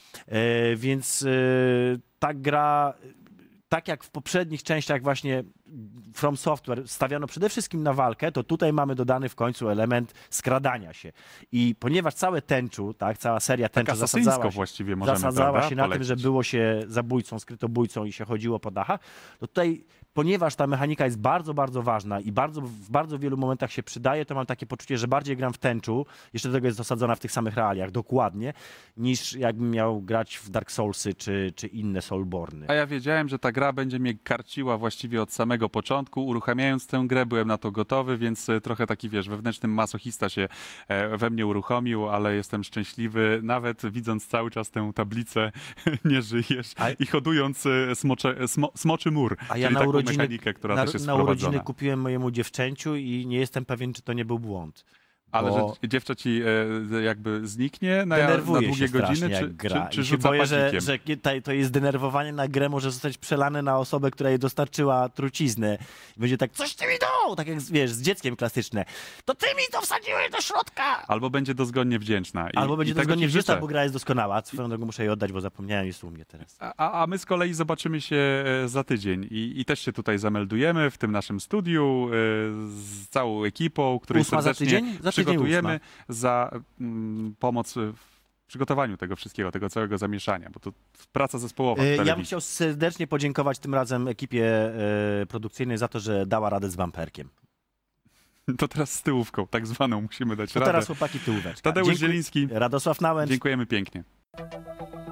E, więc e, ta gra, tak jak w poprzednich częściach właśnie From Software stawiano przede wszystkim na walkę, to tutaj mamy dodany w końcu element skradania się. I ponieważ całe tęczu, tak, cała seria Tak tęczu zasadzała asasyńsko się, właściwie możemy, zasadzała prawda, się na tym, polecić. że było się zabójcą, skrytobójcą i się chodziło po dachach, to tutaj, ponieważ ta mechanika jest bardzo, bardzo ważna i bardzo, w bardzo wielu momentach się przydaje, to mam takie poczucie, że bardziej gram w tęczu, jeszcze do tego jest osadzona w tych samych realiach, dokładnie, niż jakbym miał grać w Dark Soulsy czy, czy inne Soulborny. A ja wiedziałem, że ta gra będzie mnie karciła właściwie od samego początku. Uruchamiając tę grę byłem na to gotowy, więc e, trochę taki, wiesz, wewnętrzny masochista się e, we mnie uruchomił, ale jestem szczęśliwy, nawet widząc cały czas tę tablicę nie żyjesz A- i hodując e, smocze, smo, smoczy mur, A czyli ja na taką urodziny, mechanikę, która na, też jest na urodziny wprowadzona. kupiłem mojemu dziewczęciu i nie jestem pewien, czy to nie był błąd. Ale bo że dziewczę ci e, jakby zniknie na, na denerwuję długie się strasznie, godziny, jak czy, gra. czy, czy I się rzuca boję, że, padzikiem? że kie- to jest denerwowanie na grę, może zostać przelane na osobę, która jej dostarczyła truciznę. I będzie tak, coś ty mi dał! Tak jak, wiesz, z dzieckiem klasyczne. To ty mi to wsadziłeś do środka! Albo będzie dozgodnie wdzięczna. I, Albo będzie i to tego zgodnie ci wdzięczna, życzę. bo gra jest doskonała. Swoją drogą muszę jej oddać, bo zapomniałem, jest u mnie teraz. A, a my z kolei zobaczymy się e, za tydzień i, i też się tutaj zameldujemy w tym naszym studiu e, z całą ekipą, której Ósma za serdecznie tydzień? Za tydzień przygotujemy za mm, pomoc w przygotowaniu tego wszystkiego, tego całego zamieszania, bo to praca zespołowa w E, Ja bym telewizji. chciał serdecznie podziękować tym razem ekipie e, produkcyjnej za to, że dała radę z bumperkiem. To teraz z tyłówką, tak zwaną, musimy dać To radę. teraz chłopaki tyłóweczka. Tadeusz Dziękuję- Zieliński, Radosław Nałęcz. dziękujemy pięknie.